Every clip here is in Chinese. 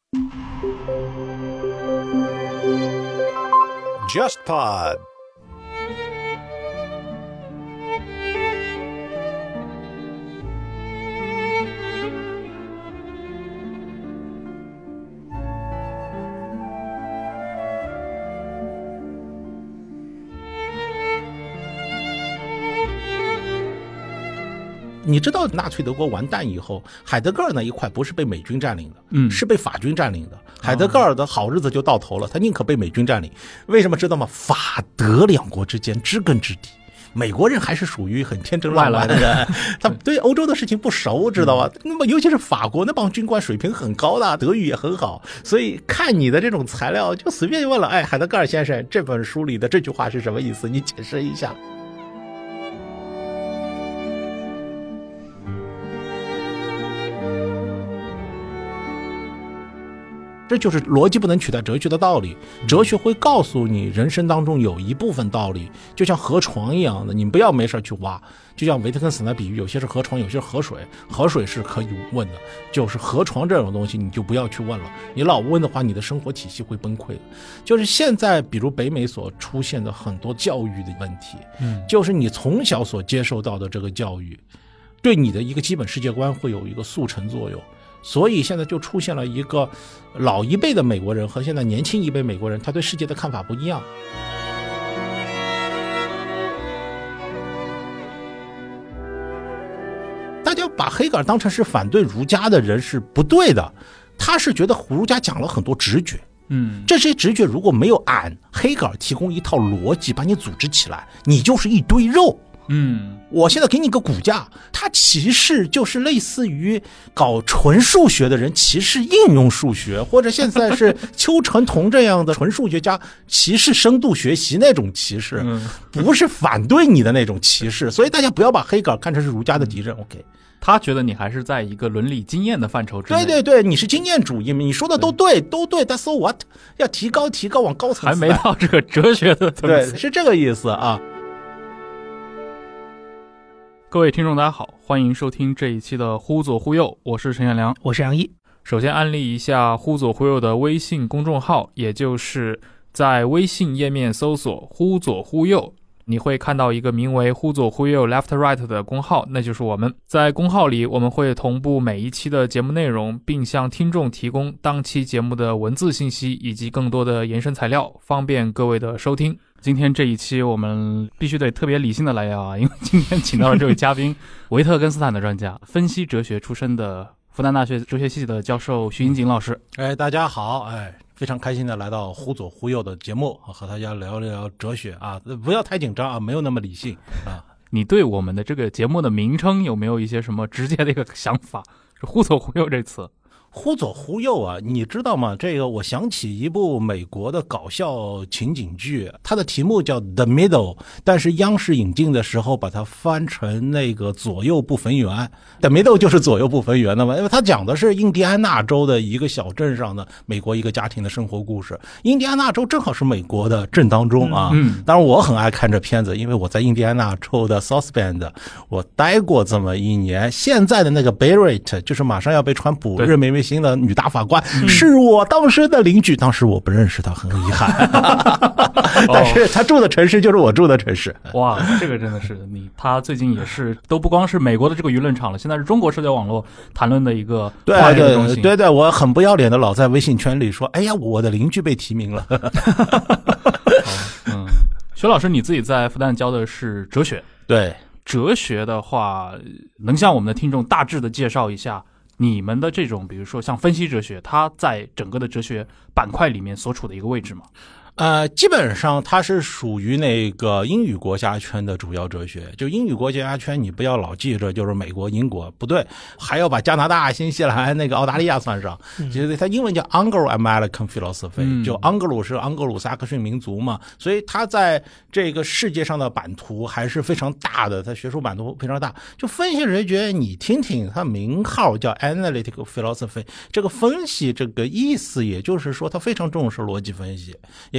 JustPod。你知道纳粹德国完蛋以后，海德格尔那一块不是被美军占领的，是被法军占领的。海德格尔的好日子就到头了，他宁可被美军占领。为什么知道吗？法德两国之间知根知底。美国人还是属于很天真烂漫的人，他对欧洲的事情不熟，知道吧？那么尤其是法国那帮军官水平很高的，德语也很好，所以看你的这种材料就随便问了，哎，海德格尔先生，这本书里的这句话是什么意思？你解释一下。这就是逻辑不能取代哲学的道理。哲学会告诉你，人生当中有一部分道理，就像河床一样的，你不要没事去挖。就像维特根斯坦的比喻，有些是河床，有些是河水。河水是可以问的，就是河床这种东西，你就不要去问了。你老问的话，你的生活体系会崩溃的。就是现在，比如北美所出现的很多教育的问题，就是你从小所接受到的这个教育，对你的一个基本世界观会有一个速成作用。所以现在就出现了一个老一辈的美国人和现在年轻一辈美国人，他对世界的看法不一样。大家把黑格尔当成是反对儒家的人是不对的，他是觉得儒家讲了很多直觉，这些直觉如果没有按黑格尔提供一套逻辑把你组织起来，你就是一堆肉。我现在给你个骨架，他歧视就是类似于搞纯数学的人歧视应用数学，或者现在是邱成桐这样的纯数学家歧视深度学习那种歧视，不是反对你的那种歧视。所以大家不要把黑格尔看成是儒家的敌人。OK， 他觉得你还是在一个伦理经验的范畴之内。 对对对，你是经验主义，你说的都对，都对。但 so what？ 要提高，往高层次， 还没到这个哲学的层次。 对，是这个意思啊。 各位听众大家好，欢迎收听这一期的忽左忽右，我是陈彦良， 我是杨一。 首先安利一下忽左忽右的微信公众号，也就是在微信页面搜索忽左忽右，你会看到一个名为忽左忽右 Left Right 的公号，那就是我们。在公号里我们会同步每一期的节目内容，并向听众提供当期节目的文字信息以及更多的延伸材料，方便各位的收听。今天这一期我们必须得特别理性的来聊啊，因为今天请到了这位嘉宾维特根斯坦的专家，分析哲学出身的复旦大学哲学系的教授徐英锦老师。 大家好，非常开心的来到忽左忽右的节目，和大家聊聊哲学啊，不要太紧张啊，没有那么理性啊。 你对我们的这个节目的名称有没有一些什么直接的一个想法？是忽左忽右这词。 忽左忽右啊，你知道吗？这个我想起一部美国的搞笑情景剧，它的题目叫 The Middle， 但是央视引进的时候把它翻成那个左右不分圆。The Middle 就是左右不分圆的嘛，因为它讲的是印第安纳州的一个小镇上的美国一个家庭的生活故事。印第安纳州正好是美国的正当中啊，当然我很爱看这片子，因为我在印第安纳州的 South Bend 我待过这么一年。现在的那个 Barrett 就是马上要被川普任命为新的女大法官，是我当时的邻居，当时我不认识她，很遗憾。但是她住的城市就是我住的城市。 哇，这个真的是他最近也是都不光是美国的这个舆论场了，现在是中国社交网络谈论的一个话题的中心。 对，我很不要脸的老在微信圈里说，哎呀，我的邻居被提名了。 徐老师，你自己在复旦教的是哲学。 对， 哲学的话，能向我们的听众大致的介绍一下你们的这种，比如说像分析哲学，它在整个的哲学板块里面所处的一个位置吗？ 基本上它是属于那个英语国家圈的主要哲学。就英语国家圈，你不要老记着就是美国、英国，不对，还要把加拿大、新西兰、那个澳大利亚算上。其实它英文叫 Anglo-American Philosophy，就盎格鲁是盎格鲁撒克逊民族嘛，所以它在这个世界上的版图还是非常大的，它学术版图非常大。就分析哲学，你听听它名号叫 Analytical Philosophy， 这个分析这个意思，也就是说它非常重视逻辑分析，也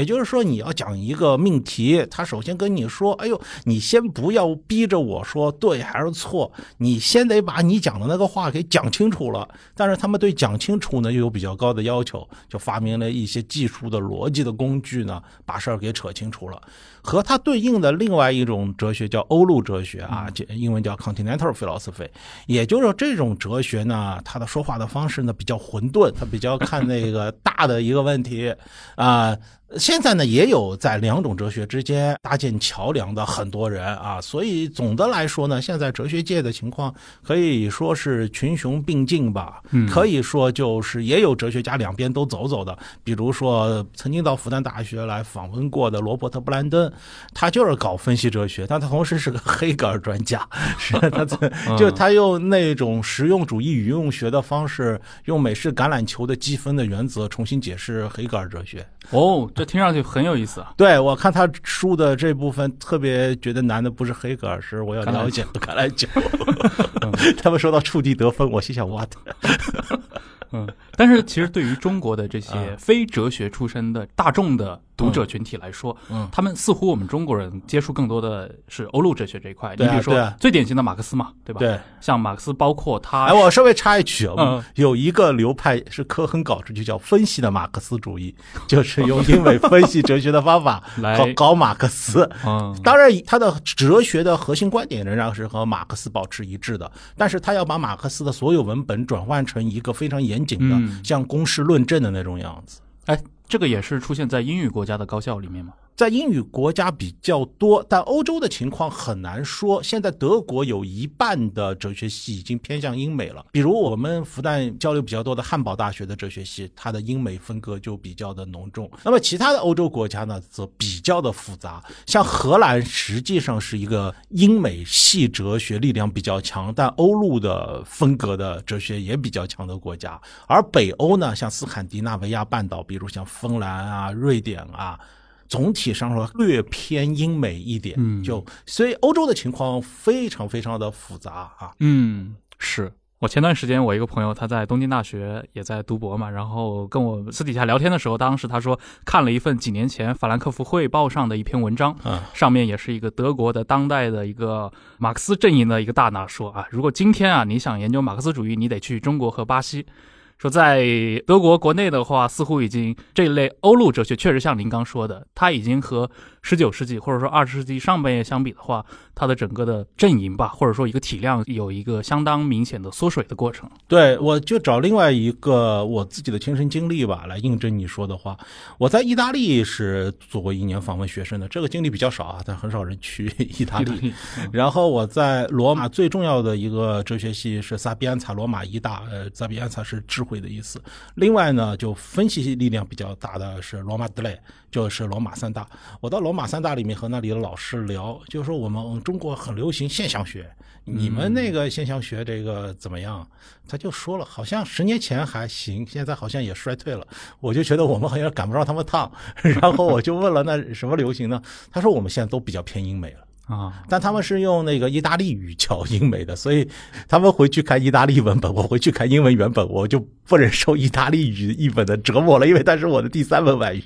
就是说你要讲一个命题，他首先跟你说，哎呦，你先不要逼着我说对还是错，你先得把你讲的那个话给讲清楚了。但是他们对讲清楚呢又有比较高的要求，就发明了一些技术的逻辑的工具呢，把事儿给扯清楚了。和它对应的另外一种哲学叫欧陆哲学啊，英文叫 Continental Philosophy， 也就是这种哲学呢，它的说话的方式呢比较混沌，它比较看那个大的一个问题啊。现在呢，也有在两种哲学之间搭建桥梁的很多人啊，所以总的来说呢，现在哲学界的情况可以说是群雄并进吧。可以说就是也有哲学家两边都走走的，比如说曾经到复旦大学来访问过的罗伯特·布兰登，他就是搞分析哲学，但他同时是个黑格尔专家，是他用那种实用主义语用学的方式，用美式橄榄球的积分的原则重新解释黑格尔哲学。 哦，这听上去很有意思啊！ 对，我看他书的这部分特别觉得难的不是黑格尔，是我要了解橄榄球。他们说到触地得分，我心想 what？ 但是其实对于中国的这些非哲学出身的大众的读者群体来说，他们似乎我们中国人接触更多的是欧陆哲学这一块。你比如说最典型的马克思嘛，对吧？对，像马克思，包括他， 我稍微插一句，有一个流派是科亨搞出去叫分析的马克思主义，就是用英美分析哲学的方法来搞马克思。当然，他的哲学的核心观点仍然是和马克思保持一致的，但是他要把马克思的所有文本转换成一个非常严谨的，像公式论证的那种样子。 这个也是出现在英语国家的高校里面吗？ 在英语国家比较多，但欧洲的情况很难说。现在德国有一半的哲学系已经偏向英美了，比如我们复旦交流比较多的汉堡大学的哲学系，它的英美风格就比较的浓重。那么其他的欧洲国家呢，则比较的复杂。像荷兰实际上是一个英美系哲学力量比较强，但欧陆的风格的哲学也比较强的国家。而北欧呢，像斯堪的纳维亚半岛，比如像芬兰啊、瑞典啊，总体上说略偏英美一点，所以欧洲的情况非常非常的复杂啊。 是我前段时间我一个朋友他在东京大学也在读博嘛，然后跟我私底下聊天的时候，当时他说看了一份几年前法兰克福汇报上的一篇文章，上面也是一个德国的当代的一个马克思阵营的一个大拿说啊，如果今天啊你想研究马克思主义，你得去中国和巴西。说在德国国内的话，似乎已经这一类欧陆哲学确实像您刚说的，它已经和19世纪或者说20世纪上半叶相比的话，它的整个的阵营吧，或者说一个体量有一个相当明显的缩水的过程。 对，我就找另外一个我自己的亲身经历吧来印证你说的话。我在意大利是做过1年访问学生的，这个经历比较少啊，但很少人去意大利。然后我在罗马最重要的一个哲学系是萨比安采罗马医大，萨比安采是智慧的意思。另外呢，就分析力量比较大的是罗马德雷，就是罗马三大。我到罗马三大里面和那里的老师聊，就是说我们中国很流行现象学，你们那个现象学这个怎么样？他就说了，好像10年前还行，现在好像也衰退了。我就觉得我们好像赶不上他们趟，然后我就问了，那什么流行呢？他说我们现在都比较偏英美了。但他们是用那个意大利语教英美的，所以他们回去看意大利文本，我回去看英文原本，我就不忍受意大利语译本的折磨了，因为它是我的第3门外语。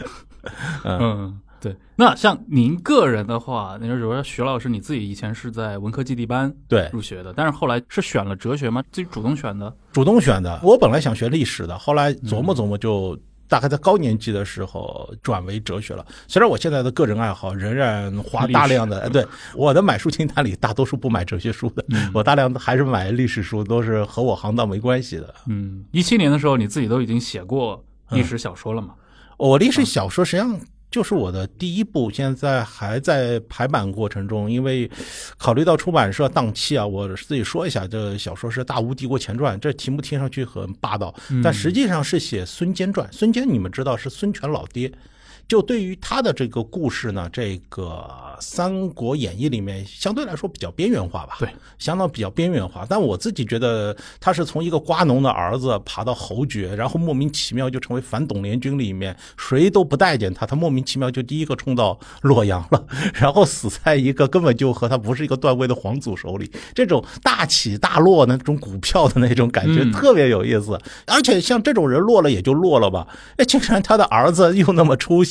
对。那像您个人的话，那比如说徐老师，你自己以前是在文科基地班入学的，但是后来是选了哲学吗？自己主动选的？主动选的。我本来想学历史的，后来琢磨琢磨就大概在高年级的时候转为哲学了。虽然我现在的个人爱好仍然花大量的，对，我的买书清单里大多数不买哲学书的，我大量的还是买历史书，都是和我行当没关系的。17年的时候你自己都已经写过历史小说了吗？我历史小说实际上就是我的第一部，现在还在排版过程中，因为考虑到出版社档期啊，我自己说一下，这个小说是《大吴帝国前传》，这题目听上去很霸道，但实际上是写孙坚传。孙坚你们知道是孙权老爹，就对于他的这个故事呢，这个《三国演义》里面相对来说比较边缘化吧，对，相当比较边缘化。但我自己觉得他是从一个瓜农的儿子爬到侯爵，然后莫名其妙就成为反董联军里面谁都不待见他，他莫名其妙就第一个冲到洛阳了，然后死在一个根本就和他不是一个段位的皇祖手里。这种大起大落那种股票的那种感觉特别有意思。而且像这种人落了也就落了吧，竟然他的儿子又那么出息，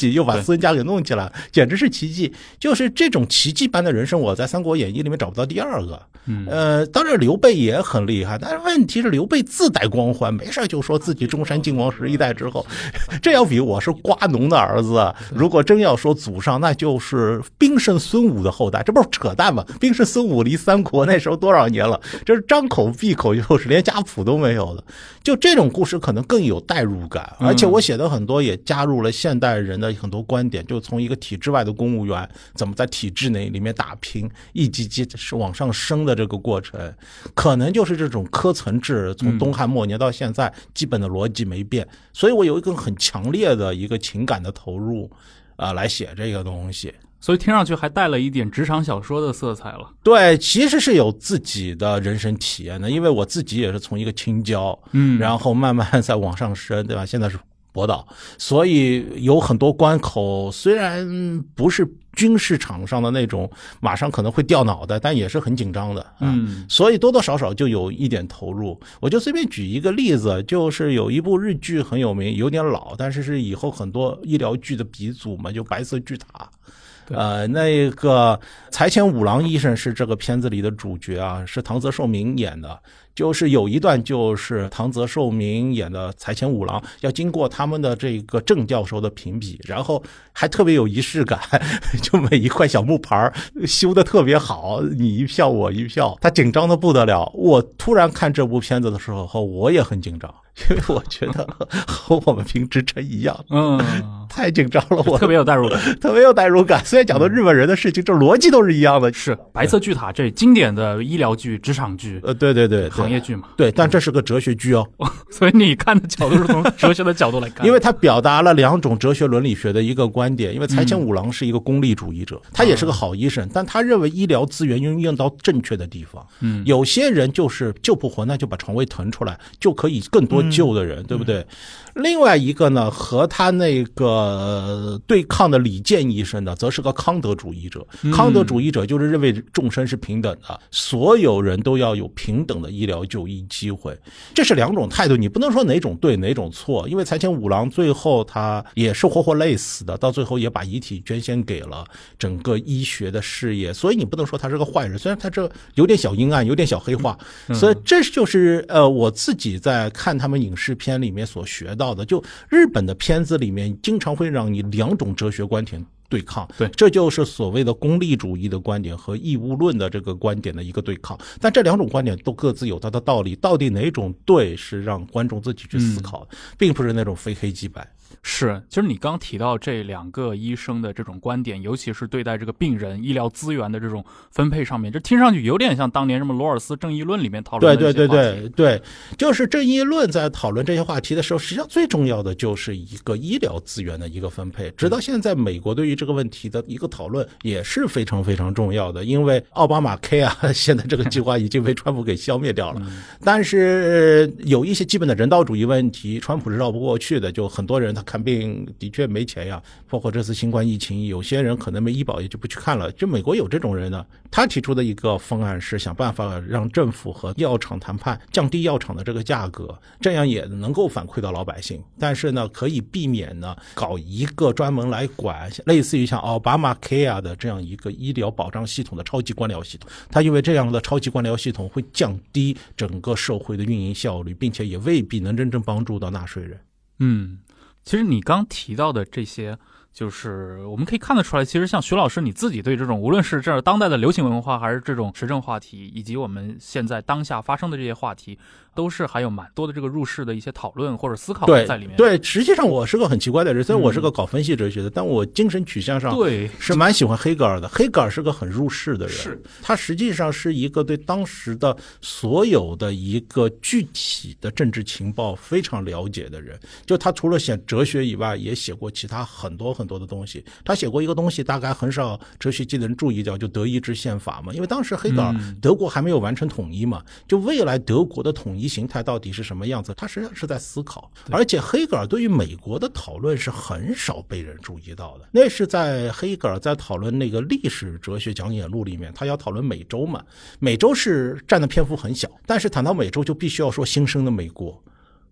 迹，又把孙家给弄起来，简直是奇迹。就是这种奇迹般的人生，我在《三国演义》里面找不到第二个。当然刘备也很厉害，但是问题是刘备自带光环，没事就说自己中山靖王11代之后，这要比我是瓜农的儿子，如果真要说祖上，那就是兵圣孙武的后代，这不是扯淡吗？兵圣孙武离三国那时候多少年了？这是张口闭口就是连家谱都没有的。就这种故事可能更有代入感，而且我写的很多也加入了现代人的很多观点，就从一个体制外的公务员怎么在体制内里面打拼，一级级是往上升的这个过程，可能就是这种科层制从东汉末年到现在基本的逻辑没变，所以我有一个很强烈的一个情感的投入来写这个东西。 所以听上去还带了一点职场小说的色彩了。 对，其实是有自己的人生体验的，因为我自己也是从一个青椒，然后慢慢再往上升，对吧？现在是博导，所以有很多关口，虽然不是军事场上的那种马上可能会掉脑袋，但也是很紧张的所以多多少少就有一点投入。我就随便举一个例子，就是有一部日剧很有名，有点老，但是是以后很多医疗剧的鼻祖嘛，就白色巨塔。那个财前五郎医生是这个片子里的主角啊，是唐泽寿明演的。就是有一段就是唐泽寿明演的财前五郎要经过他们的这个郑教授的评比，然后还特别有仪式感，就每一块小木牌修得特别好，你一票我一票，他紧张的不得了。我突然看这部片子的时候我也很紧张，因为我觉得和我们平时真一样，太紧张了，我特别有代入感， 特别有代入感。虽然讲的日本人的事情，这逻辑都是一样的。 是白色巨塔这经典的医疗剧、职场剧， 对对对， 行业剧嘛。 对，但这是个哲学剧哦。 所以你看的角度是从哲学的角度来看， 因为它表达了两种哲学伦理学的一个观点。因为财前五郎是一个功利主义者，他也是个好医生，但他认为医疗资源运用到正确的地方。有些人就是救不活，那就把床位腾出来，就可以更多救的人，对不对？另外一个呢，和他那个对抗的李健医生呢，则是个康德主义者。康德主义者就是认为众生是平等的，所有人都要有平等的医疗就医机会。这是两种态度，你不能说哪种对哪种错。因为财前五郎最后他也是活活累死的，到最后也把遗体捐献给了整个医学的事业，所以你不能说他是个坏人，虽然他这有点小阴暗，有点小黑化。所以这就是我自己在看他们影视片里面所学到的，就日本的片子里面经常会让你两种哲学观点对抗， 对， 这就是所谓的功利主义的观点和义务论的这个观点的一个对抗。但这两种观点都各自有它的道理，到底哪种对是让观众自己去思考，并不是那种非黑即白。 是，其实你刚提到这两个医生的这种观点，尤其是对待这个病人医疗资源的这种分配上面，这听上去有点像当年什么罗尔斯正义论里面讨论的一些话题。 对，就是正义论在讨论这些话题的时候，实际上最重要的就是一个医疗资源的一个分配。直到现在美国对于这个问题的一个讨论也是非常非常重要的，因为奥巴马 Care 现在这个计划已经被川普给消灭掉了。但是有一些基本的人道主义问题川普是绕不过去的，就很多人他看病的确没钱呀，包括这次新冠疫情，有些人可能没医保也就不去看了。就美国有这种人呢，他提出的一个方案是想办法让政府和药厂谈判，降低药厂的这个价格，这样也能够反馈到老百姓。但是呢，可以避免呢搞一个专门来管类似于像奥巴马 Care 的这样一个医疗保障系统的超级官僚系统。他因为这样的超级官僚系统会降低整个社会的运营效率，并且也未必能真正帮助到纳税人。 其实你刚提到的这些，就是我们可以看得出来，其实像徐老师你自己对这种无论是这当代的流行文化，还是这种时政话题，以及我们现在当下发生的这些话题，都是还有蛮多的这个入世的一些讨论或者思考在里面。 对，实际上我是个很奇怪的人，虽然我是个搞分析哲学的，但我精神取向上是蛮喜欢黑格尔的。黑格尔是个很入世的人，是他实际上是一个对当时的所有的一个具体的政治情报非常了解的人。就他除了写哲学以外，也写过其他很多很多的东西。他写过一个东西，大概很少哲学界的人注意到，就德意志宪法嘛。因为当时黑格尔德国还没有完成统一嘛，就未来德国的统一形态到底是什么样子，他实际上是在思考。而且黑格尔对于美国的讨论是很少被人注意到的，那是在黑格尔在讨论那个历史哲学讲演录里面，他要讨论美洲嘛，美洲是占的篇幅很小，但是谈到美洲就必须要说新生的美国。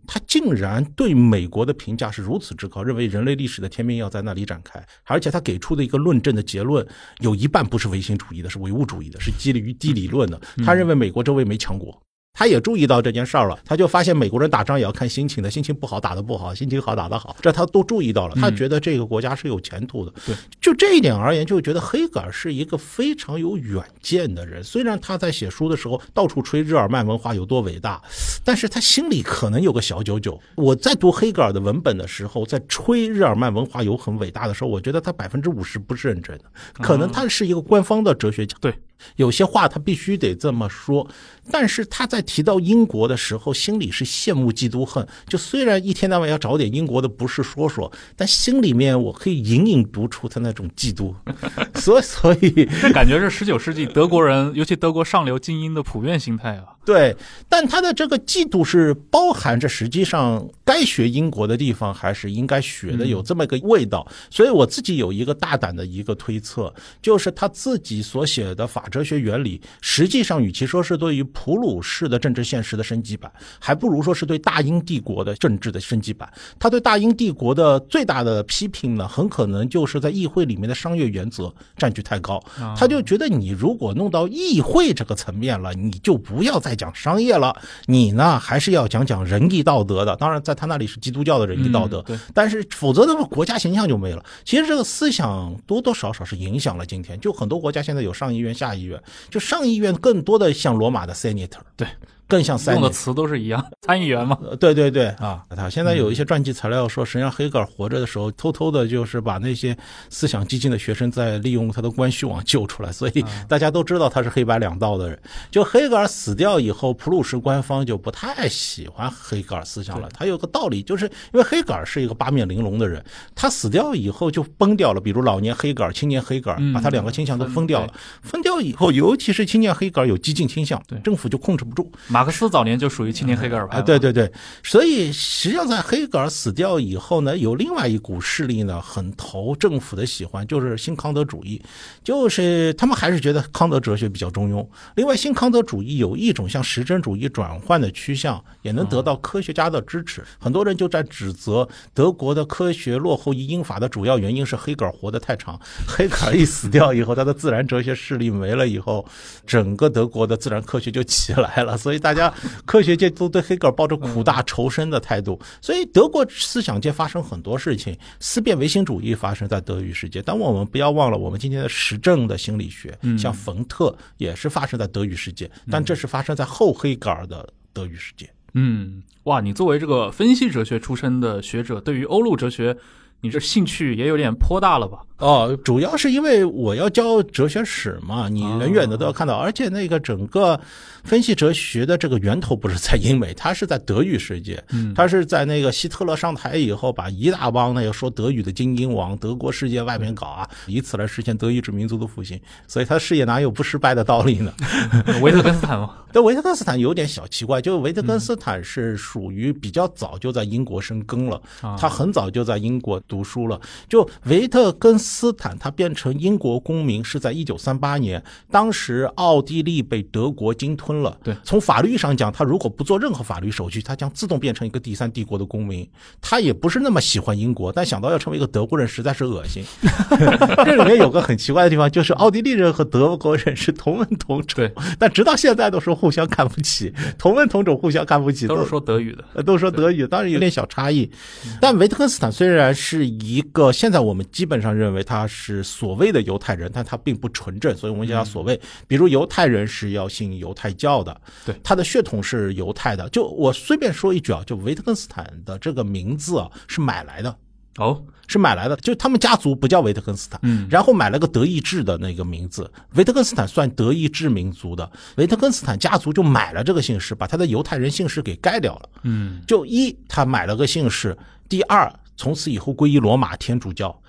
他竟然对美国的评价是如此之高，认为人类历史的天命要在那里展开，而且他给出的一个论证的结论有一半不是唯心主义的，是唯物主义的，是基于地理论的。他认为美国周围没强国，他也注意到这件事儿了，他就发现美国人打仗也要看心情的，心情不好打得不好，心情好打得好，这他都注意到了，他觉得这个国家是有前途的。 对， 就这一点而言，就觉得黑格尔是一个非常有远见的人。虽然他在写书的时候到处吹日耳曼文化有多伟大，但是他心里可能有个小九九。我在读黑格尔的文本的时候，在吹日耳曼文化有很伟大的时候，我觉得他50%不是认真的，可能他是一个官方的哲学家。 对， 有些话他必须得这么说，但是他在提到英国的时候，心里是羡慕嫉妒恨。就虽然一天到晚要找点英国的不是说，但心里面我可以隐隐读出他那种嫉妒。所以这感觉是19世纪德国人，尤其德国上流精英的普遍心态啊。 对，但他的这个嫉妒是包含着实际上该学英国的地方还是应该学的，有这么一个味道。所以我自己有一个大胆的一个推测，就是他自己所写的法哲学原理，实际上与其说是对于普鲁士的政治现实的升级版，还不如说是对大英帝国的政治的升级版。他对大英帝国的最大的批评呢，很可能就是在议会里面的商业原则占据太高。他就觉得你如果弄到议会这个层面了，你就不要再讲商业了，你呢还是要讲仁义道德的。当然在他那里是基督教的仁义道德，但是否则的话国家形象就没了。其实这个思想多多少少是影响了今天，就很多国家现在有上议院下议院，就上议院更多的像罗马的 senator， 对， 更像用的词都是一样，参议员嘛。 对啊，他现在有一些传记材料说，实际上黑格尔活着的时候，偷偷的就是把那些思想激进的学生在利用他的关系网救出来，所以大家都知道他是黑白两道的人。就黑格尔死掉以后，普鲁士官方就不太喜欢黑格尔思想了。他有个道理，就是因为黑格尔是一个八面玲珑的人，他死掉以后就崩掉了。比如老年黑格尔、青年黑格尔，把他两个倾向都分掉了。分掉以后，尤其是青年黑格尔有激进倾向，政府就控制不住。 马克思早年就属于青年黑格尔派。 对，所以实际上在黑格尔死掉以后呢，有另外一股势力呢，很投政府的喜欢，就是新康德主义，就是他们还是觉得康德哲学比较中庸。另外，新康德主义有一种向实证主义转换的趋向，也能得到科学家的支持。很多人就在指责德国的科学落后于英法的主要原因是黑格尔活得太长。黑格尔一死掉以后，他的自然哲学势力没了以后，整个德国的自然科学就起来了，所以大家科学界都对黑格尔抱着苦大仇深的态度。所以德国思想界发生很多事情，思辨唯心主义发生在德语世界，但我们不要忘了我们今天的实证的心理学，像冯特也是发生在德语世界，但这是发生在后黑格尔的德语世界。 哇，你作为这个分析哲学出身的学者，对于欧陆哲学你这兴趣也有点颇大了吧？ 主要是因为我要教哲学史嘛，你远远的都要看到，而且那个整个分析哲学的这个源头不是在英美，它是在德语世界，它是在那个希特勒上台以后，把一大帮那个说德语的精英往德国世界外面搞啊，以此来实现德意志民族的复兴，所以他事业哪有不失败的道理呢？ 维特根斯坦吗？ 对，维特根斯坦有点小奇怪，就维特根斯坦是属于比较早就在英国生根了，他很早就在英国读书了。就维特根斯坦他变成英国公民是在1938年，当时奥地利被德国鲸吞了。 对， 从法律上讲，他如果不做任何法律手续，他将自动变成一个第三帝国的公民。他也不是那么喜欢英国，但想到要成为一个德国人实在是恶心。这里面有个很奇怪的地方，就是奥地利人和德国人是同文同种，但直到现在都说互相看不起，同文同种互相看不起， 都是说德语的， 都说德语，当然有点小差异。但维特根斯坦虽然是一个现在我们基本上认为他是所谓的犹太人，但他并不纯正，所以我们叫他所谓，比如犹太人是要信犹太教的， 对， 他的血统是犹太的。就我随便说一句啊，就维特根斯坦的这个名字啊是买来的。是买来的，就他们家族不叫维特根斯坦，然后买了个德意志的那个名字。维特根斯坦算德意志民族的，维特根斯坦家族就买了这个姓氏，把他的犹太人姓氏给盖掉了。就一，他买了个姓氏；第二，从此以后皈依罗马天主教。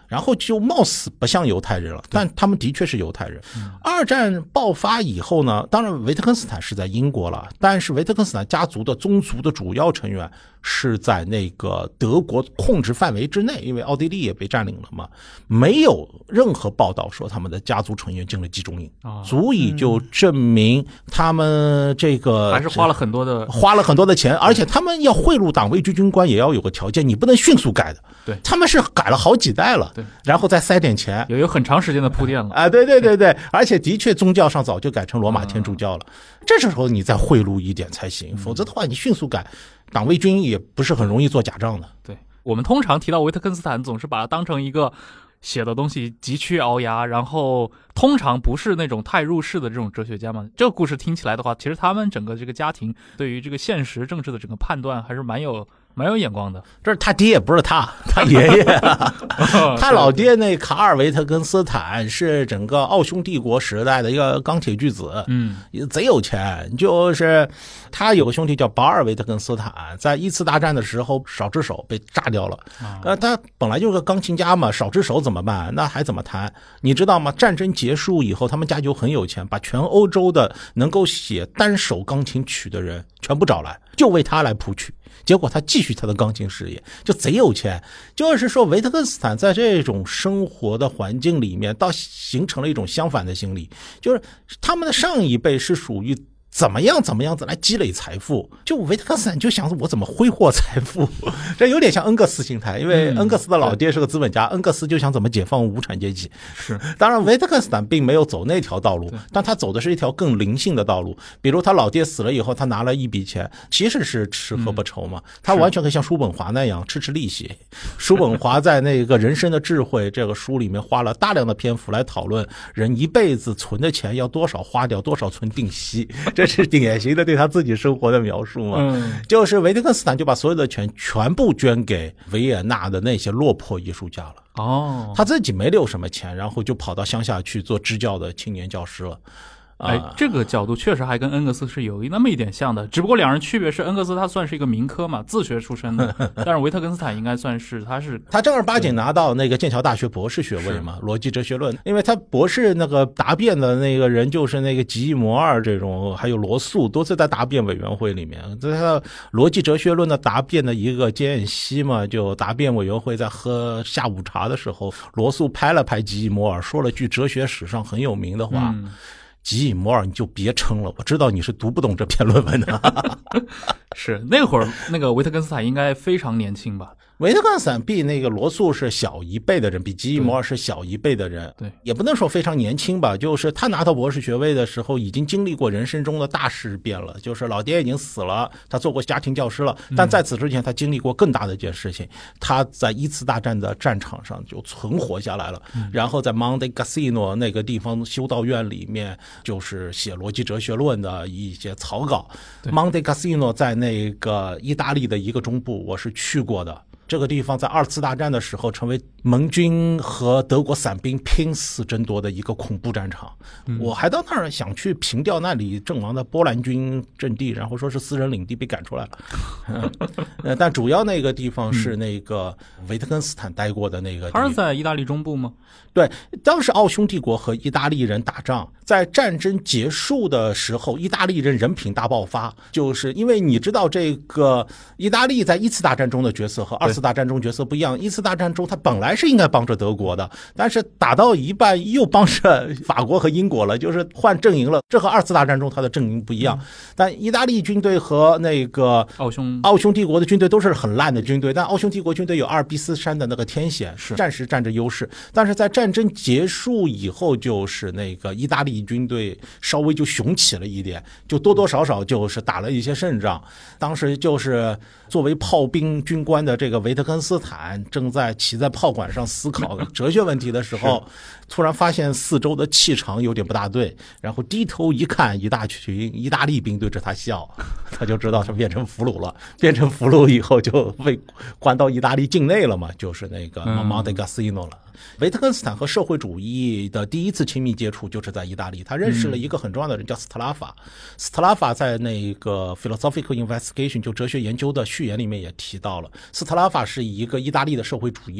然后就貌似不像犹太人了，但他们的确是犹太人。二战爆发以后呢，当然维特根斯坦是在英国了，但是维特根斯坦家族的宗族的主要成员是在那个德国控制范围之内，因为奥地利也被占领了嘛，没有任何报道说他们的家族成员进了集中营，足以就证明他们这个还是花了很多的钱，而且他们要贿赂党卫军军官也要有个条件，你不能迅速改的。 对， 他们是改了好几代了， 对， 然后再塞点钱， 有很长时间的铺垫了啊！对，而且的确宗教上早就改成罗马天主教了，这时候你再贿赂一点才行，否则的话你迅速改，党卫军也不是很容易做假账的。 对，我们通常提到维特根斯坦，总是把它当成一个写的东西急缺熬牙，然后通常不是那种太入世的这种哲学家嘛。这个故事听起来的话，其实他们整个这个家庭对于这个现实政治的整个判断还是蛮有眼光的。 这是他爹，不是他爷爷他老爹那卡尔维特根斯坦是整个奥匈帝国时代的一个钢铁巨子，贼有钱。就是他有个兄弟叫保尔维特根斯坦，在一次大战的时候少只手被炸掉了，他本来就是个钢琴家嘛，少只手怎么办？那还怎么弹？你知道吗？战争结束以后，他们家就很有钱，把全欧洲的能够写单手钢琴曲的人全部找来，就为他来谱曲。结果他继续他的钢琴事业，就贼有钱。就是说维特根斯坦在这种生活的环境里面，倒形成了一种相反的心理，就是他们的上一辈是属于怎么样来积累财富，就维特根斯坦就想我怎么挥霍财富，这有点像恩格斯心态，因为恩格斯的老爹是个资本家，恩格斯就想怎么解放无产阶级。 是， 当然维特根斯坦并没有走那条道路，但他走的是一条更灵性的道路。比如他老爹死了以后，他拿了一笔钱，其实是吃喝不愁嘛，他完全可以像叔本华那样吃利息。叔本华在那个人生的智慧这个书里面花了大量的篇幅来讨论人一辈子存的钱要多少花掉，多少存定息，这是典型的对他自己生活的描述嘛。就是维特根斯坦就把所有的钱全部捐给维也纳的那些落魄艺术家了。他自己没留什么钱，然后就跑到乡下去做支教的青年教师了。 这个角度确实还跟恩格斯是有那么一点像的，只不过两人区别是恩格斯他算是一个民科嘛，自学出身的，但是维特根斯坦应该算是他正儿八经拿到那个剑桥大学博士学位嘛，逻辑哲学论，因为他博士那个答辩的那个人就是那个吉伊摩尔这种，还有罗素都是在答辩委员会里面，在他逻辑哲学论的答辩的一个间隙嘛，就答辩委员会在喝下午茶的时候，罗素拍了拍吉伊摩尔，说了句哲学史上很有名的话。吉伊摩尔，你就别撑了，我知道你是读不懂这篇论文的。 是那会儿那个维特根斯坦应该非常年轻吧？ 维特根斯坦比那个罗素是小一辈的人，比吉伊摩尔是小一辈的人， 对， 也不能说非常年轻吧，就是他拿到博士学位的时候已经经历过人生中的大事变了，就是老爹已经死了，他做过家庭教师了，但在此之前他经历过更大的一件事情，他在一次大战的战场上就存活下来了，然后在 Monte Cassino 那个地方修道院里面就是写逻辑哲学论的一些草稿。Monte Cassino 在那个意大利的一个中部，我是去过的。这个地方在二次大战的时候成为盟军和德国伞兵拼死争夺的一个恐怖战场。我还到那儿想去平调那里阵亡的波兰军阵地，然后说是私人领地被赶出来了。但主要那个地方是那个维特根斯坦待过的那个地方。 他是在意大利中部吗？ 对，当时奥匈帝国和意大利人打仗，在战争结束的时候，意大利人人品大爆发，就是因为你知道这个意大利在一次大战中的角色和二次大战中角色不一样，一次大战中他本来是应该帮着德国的，但是打到一半又帮着法国和英国了，就是换阵营了，这和二次大战中他的阵营不一样。但意大利军队和那个奥匈帝国的军队都是很烂的军队，但奥匈帝国军队有阿尔卑斯山的那个天险，暂时占着优势，但是在战争结束以后，就是那个意大利军队稍微就雄起了一点，就多多少少就是打了一些胜仗。当时就是作为炮兵军官的这个维特根斯坦正在骑在炮管上思考哲学问题的时候，突然发现四周的气场有点不大对，然后低头一看，一大群意大利兵对着他笑，他就知道他变成俘虏了。变成俘虏以后就被关到意大利境内了嘛，就是那个 Monte Cassino 了。维特根斯坦和社会主义的第一次亲密接触就是在意大利，他认识了一个很重要的人叫斯特拉法。斯特拉法在那个 Philosophical Investigation 就哲学研究的序言里面也提到了，斯特拉法是一个意大利的社会主义者，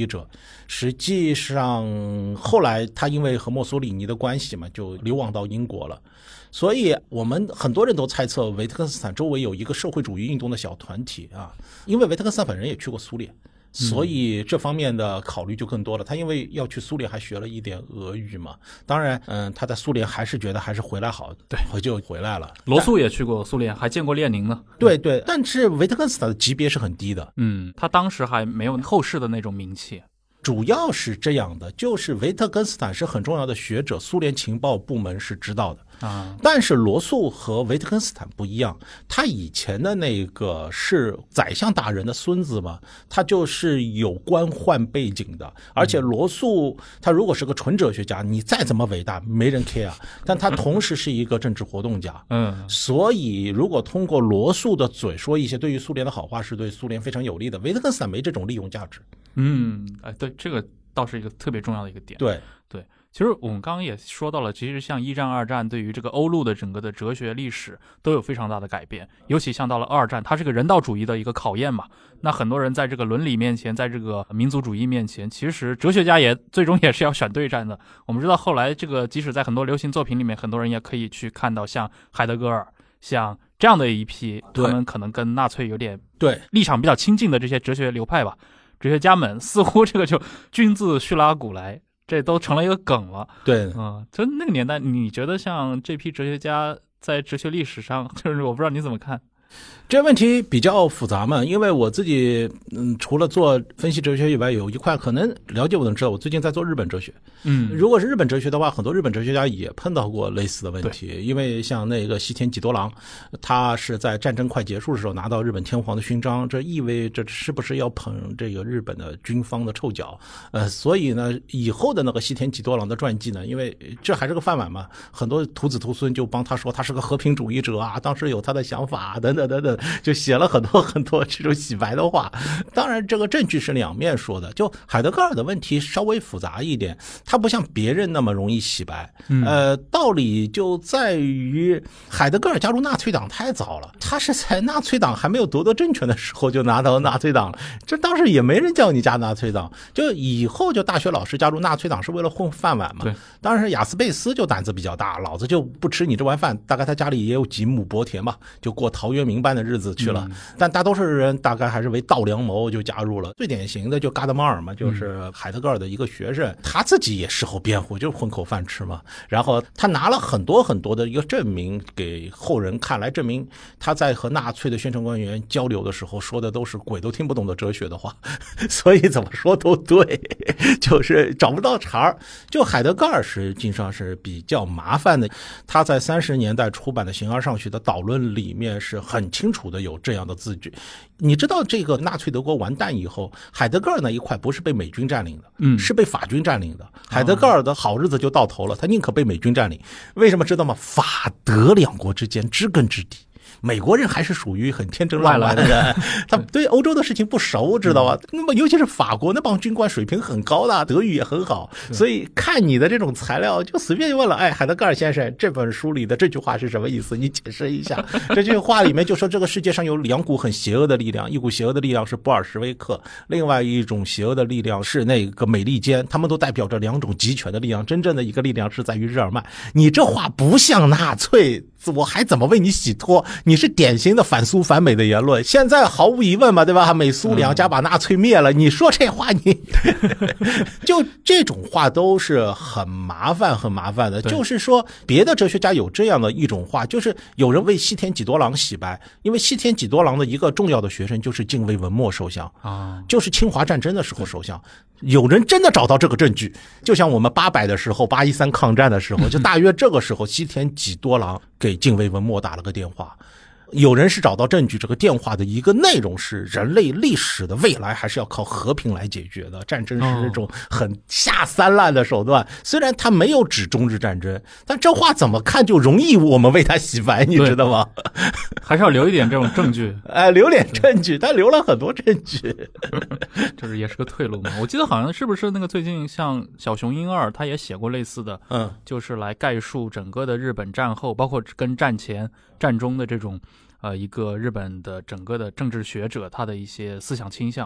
实际上后来他因为和墨索里尼的关系嘛，就流亡到英国了。所以我们很多人都猜测维特根斯坦周围有一个社会主义运动的小团体啊，因为维特根斯坦本人也去过苏联，所以这方面的考虑就更多了。他因为要去苏联还学了一点俄语嘛，当然他在苏联还是觉得还是回来好，对，就回来了。 罗素也去过苏联，还见过列宁呢。 对对，但是维特根斯坦的级别是很低的， 他当时还没有后世的那种名气。 主要是这样的，就是维特根斯坦是很重要的学者，苏联情报部门是知道的啊。但是罗素和维特根斯坦不一样，他以前的那个是宰相大人的孙子嘛，他就是有官宦背景的。而且罗素他如果是个纯哲学家，你再怎么伟大没人 care， 但他同时是一个政治活动家。所以如果通过罗素的嘴说一些对于苏联的好话，是对苏联非常有利的。维特根斯坦没这种利用价值。 对，这个倒是一个特别重要的一个点。 对， 其实我们刚刚也说到了，其实像一战、二战对于这个欧陆的整个的哲学历史都有非常大的改变，尤其像到了二战，它是个人道主义的一个考验嘛。那很多人在这个伦理面前，在这个民族主义面前，其实哲学家也最终也是要选对战的。我们知道后来这个即使在很多流行作品里面，很多人也可以去看到像海德格尔，像这样的一批，他们可能跟纳粹有点立场比较亲近的这些哲学流派吧。哲学家们似乎这个就君自叙拉古来，这都成了一个梗了。 对， 就那个年代，你觉得像这批哲学家在哲学历史上，就是我不知道你怎么看？ 这问题比较复杂嘛，因为我自己除了做分析哲学以外，有一块可能了解我能知道，我最近在做日本哲学。如果是日本哲学的话，很多日本哲学家也碰到过类似的问题，因为像那个西田几多郎，他是在战争快结束的时候拿到日本天皇的勋章，这意味着是不是要捧这个日本的军方的臭脚？所以呢，以后的那个西田几多郎的传记呢，因为这还是个饭碗嘛，很多徒子徒孙就帮他说他是个和平主义者啊，当时有他的想法等等等等。就写了很多很多这种洗白的话。当然这个证据是两面说的，就海德格尔的问题稍微复杂一点，他不像别人那么容易洗白。道理就在于海德格尔加入纳粹党太早了，他是在纳粹党还没有夺得政权的时候就拿到纳粹党了，这当时也没人叫你加纳粹党，就以后就大学老师加入纳粹党是为了混饭碗嘛。当然雅斯贝斯就胆子比较大，老子就不吃你这碗饭，大概他家里也有几亩薄田嘛，就过陶渊明般的日子去了。但大多数人大概还是为道良谋就加入了。最典型的就嘎德马尔嘛，就是海德格尔的一个学生，他自己也事后辩护，就混口饭吃嘛。然后他拿了很多很多的一个证明给后人看，来证明他在和纳粹的宣传官员交流的时候说的都是鬼都听不懂的哲学的话，所以怎么说都对，就是找不到茬儿。就海德格尔实际上是比较麻烦的，他在30年代出版的《形而上学的导论》里面是很清楚的有这样的字句。你知道这个纳粹德国完蛋以后，海德格尔那一块不是被美军占领的，是被法军占领的。海德格尔的好日子就到头了，他宁可被美军占领。为什么知道吗？法德两国之间知根知底，美国人还是属于很天真烂漫的人，他对欧洲的事情不熟，知道吧？那么尤其是法国那帮军官水平很高的，德语也很好，所以看你的这种材料就随便问了，海德格尔先生，这本书里的这句话是什么意思？你解释一下。这句话里面就说这个世界上有两股很邪恶的力量，一股邪恶的力量是布尔什维克，另外一种邪恶的力量是那个美利坚，他们都代表着两种集权的力量，真正的一个力量是在于日耳曼。你这话不像纳粹，我还怎么为你洗脱？你是典型的反苏反美的言论，现在毫无疑问嘛，对吧？美苏两家把纳粹灭了，你说这话你就这种话都是很麻烦很麻烦的。就是说别的哲学家有这样的一种话，就是有人为西田几多郎洗白，因为西田几多郎的一个重要的学生就是近卫文镒首相就是侵华战争的时候首相。有人真的找到这个证据，就像我们800的时候813抗战的时候，就大约这个时候西田几多郎给近卫文镒打了个电话，有人是找到证据，这个电话的一个内容是人类历史的未来还是要靠和平来解决的，战争是这种很下三滥的手段。虽然他没有指中日战争，但这话怎么看就容易我们为他洗白，你知道吗？ 还是要留一点这种证据。 留点证据，他留了很多证据。 就是也是个退路嘛。我记得好像是不是那个最近像小熊英二他也写过类似的，就是来概述整个的日本战后，包括跟战前战中的这种一个日本的整个的政治学者他的一些思想倾向，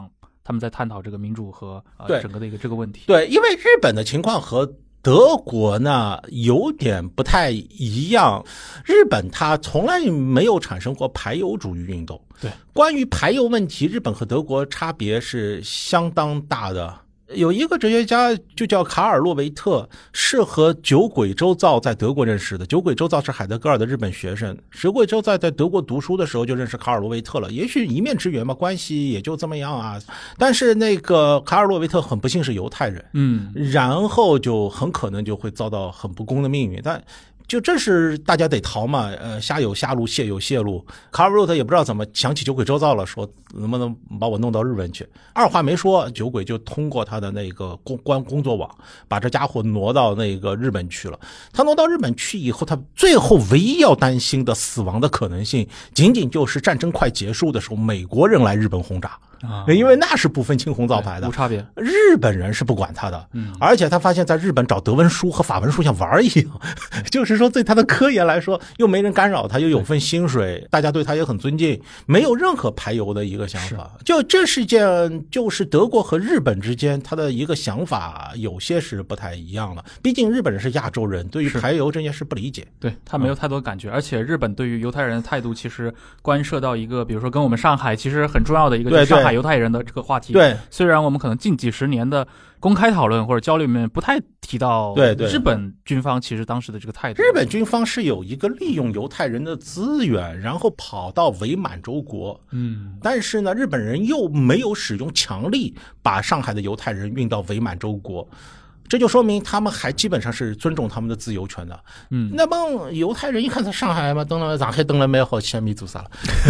他们在探讨这个民主和整个的一个这个问题。 对，因为日本的情况和德国呢有点不太一样，日本它从来没有产生过排犹主义运动。 对， 关于排犹问题，日本和德国差别是相当大的。有一个哲学家就叫卡尔洛维特，是和酒鬼周造在德国认识的。酒鬼周造是海德格尔的日本学生，酒鬼周造在德国读书的时候就认识卡尔洛维特了，也许一面之缘嘛，关系也就这么样啊。但是那个卡尔洛维特很不幸是犹太人，然后就很可能就会遭到很不公的命运。但就这是大家得逃嘛，虾有虾路，蟹有蟹路。卡尔洛维特也不知道怎么想起酒鬼周造了，说能不能把我弄到日本去。二话没说，酒鬼就通过他的那个工作网，把这家伙挪到那个日本去了。他挪到日本去以后，他最后唯一要担心的死亡的可能性，仅仅就是战争快结束的时候，美国人来日本轰炸。因为那是不分青红皂白的， 无差别。 日本人是不管他的，而且他发现在日本找德文书和法文书像玩一样，就是说对他的科研来说，又没人干扰他，又有份薪水，大家对他也很尊敬，没有任何排犹的一个想法。就这是件，就是德国和日本之间他的一个想法有些是不太一样的。毕竟日本人是亚洲人，对于排犹这件事不理解， 对他没有太多感觉。而且日本对于犹太人的态度，其实关涉到一个，比如说跟我们上海其实很重要的一个，就是上海犹太人的这个话题。 对， 虽然我们可能近几十年的公开讨论或者交流里面不太提到， 对日本军方其实当时的这个态度。 日本军方是有一个利用犹太人的资源，然后跑到伪满洲国，但是呢，日本人又没有使用强力把上海的犹太人运到伪满洲国。这就说明他们还基本上是尊重他们的自由权的。那帮犹太人一看在上海嘛，登了上海登了没好钱米做啥了，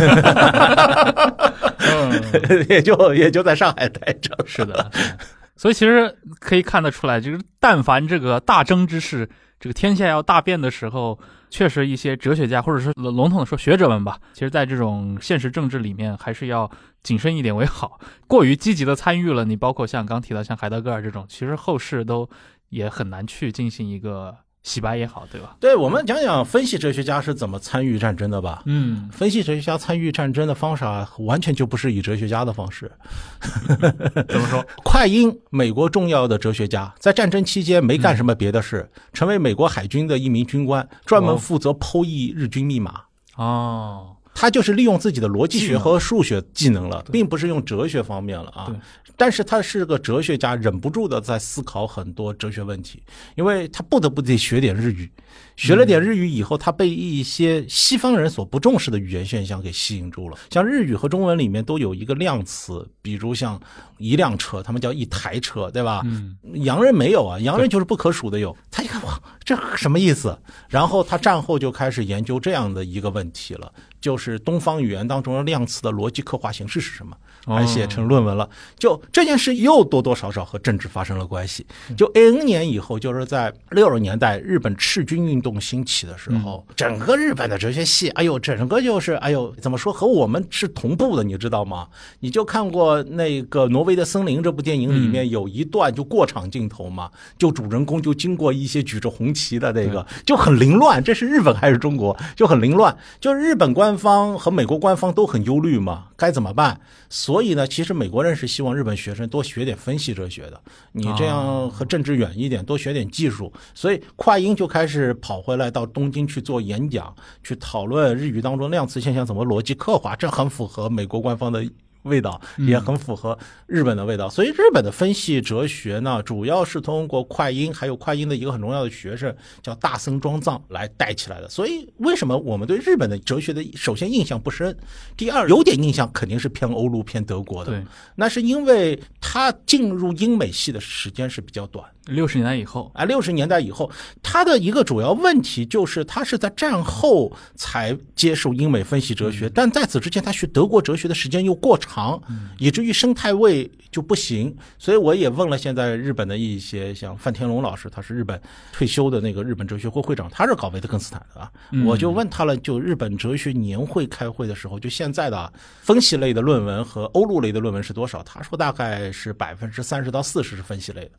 也就在上海待着。 是的，所以其实可以看得出来，就是但凡这个大争之势，这个天下要大变的时候，确实一些哲学家或者是笼统的说学者们吧，其实在这种现实政治里面还是要谨慎一点为好。过于积极的参与了，你包括像刚提到像海德格尔这种，其实后世都也很难去进行一个洗白也好，对吧？ 对，我们讲讲分析哲学家是怎么参与战争的吧。分析哲学家参与战争的方法完全就不是以哲学家的方式。 怎么说？ 快英，美国重要的哲学家，在战争期间没干什么别的事，成为美国海军的一名军官，专门负责剖译日军密码。他就是利用自己的逻辑学和数学技能了，并不是用哲学方面了啊。但是他是个哲学家，忍不住的在思考很多哲学问题，因为他不得不得学点日语。学了点日语以后，他被一些西方人所不重视的语言现象给吸引住了。像日语和中文里面都有一个量词，比如像一辆车，他们叫一台车，对吧？洋人没有啊，洋人就是不可数的有。他一看，哇，这什么意思？然后他战后就开始研究这样的一个问题了，就是东方语言当中的量词的逻辑刻画形式是什么，还写成论文了。就这件事又多多少少和政治发生了关系。就 N 年以后，就是在60年代日本赤军运动兴起的时候，整个日本的哲学系，整个就是怎么说，和我们是同步的，你知道吗？你就看过那个《挪威的森林》这部电影里面有一段就过场镜头嘛，就主人公就经过一些举着红旗的那个，就很凌乱。这是日本还是中国？就很凌乱。就日本官方和美国官方都很忧虑嘛，该怎么办？所以呢，其实美国人是希望日本学生多学点分析哲学的，你这样和政治远一点，多学点技术。所以快英就开始跑回来到东京去做演讲，去讨论日语当中量词现象怎么逻辑刻画，这很符合美国官方的味道，也很符合日本的味道。所以日本的分析哲学呢，主要是通过快英，还有快英的一个很重要的学生叫大森庄藏来带起来的。所以为什么我们对日本的哲学的首先印象不深，第二有点印象肯定是偏欧陆偏德国的。 对， 那是因为他进入英美系的时间是比较短 ，60年代以后 ，60年代以后，他的一个主要问题就是他是在战后才接受英美分析哲学，但在此之前他学德国哲学的时间又过长，以至于生态位就不行。所以我也问了现在日本的一些像范天龙老师，他是日本退休的那个日本哲学会会长，他是搞维特根斯坦的啊，我就问他了，就日本哲学年会开会的时候，就现在的分析类的论文和欧陆类的论文是多少？他说大概是30%到40%是分析类的。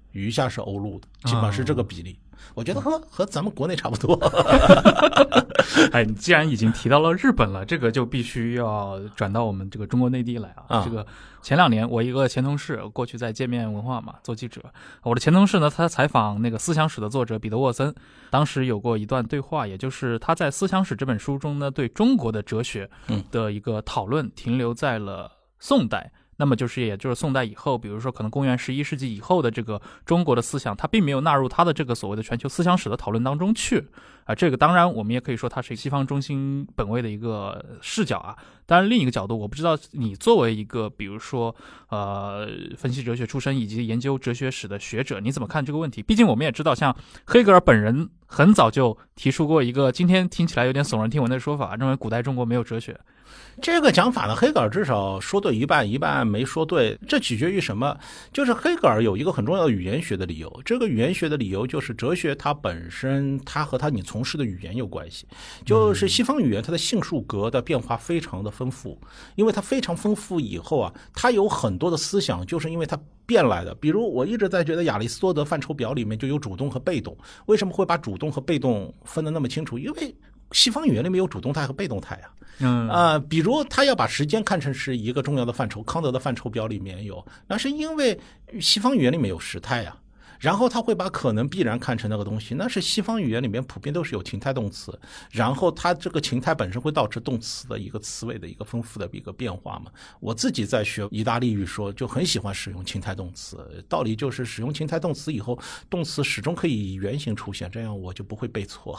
余下是欧陆的，基本上是这个比例。我觉得和咱们国内差不多。 哎，你既然已经提到了日本了，这个就必须要转到我们这个中国内地来啊。这个前2年，我一个前同事过去在界面文化嘛做记者，我的前同事呢，他采访那个《思想史》的作者彼得沃森，当时有过一段对话，也就是他在《思想史》这本书中呢，对中国的哲学的一个讨论停留在了宋代。那么也就是宋代以后，比如说可能公元11世纪以后的这个中国的思想，它并没有纳入它的这个所谓的全球思想史的讨论当中去啊。这个当然我们也可以说它是西方中心本位的一个视角啊。当然另一个角度，我不知道你作为一个比如说分析哲学出身以及研究哲学史的学者，你怎么看这个问题？毕竟我们也知道，像黑格尔本人很早就提出过一个今天听起来有点耸人听闻的说法，认为古代中国没有哲学。 这个讲法呢，黑格尔至少说对一半，一半没说对。这取决于什么？就是黑格尔有一个很重要的语言学的理由，这个语言学的理由就是哲学它本身它和你从事的语言有关系。就是西方语言它的性数格的变化非常的丰富，因为它非常丰富以后啊，它有很多的思想就是因为它变来的。比如我一直在觉得亚里士多德范畴表里面就有主动和被动，为什么会把主动和被动分得那么清楚？因为西方语言里面有主动态和被动态啊。比如他要把时间看成是一个重要的范畴，康德的范畴表里面有，那是因为西方语言里面有时态啊。然后他会把可能必然看成那个东西，那是西方语言里面普遍都是有情态动词，然后它这个情态本身会导致动词的一个词尾的一个丰富的一个变化嘛。我自己在学意大利语说就很喜欢使用情态动词，道理就是使用情态动词以后，动词始终可以以原形出现，这样我就不会背错。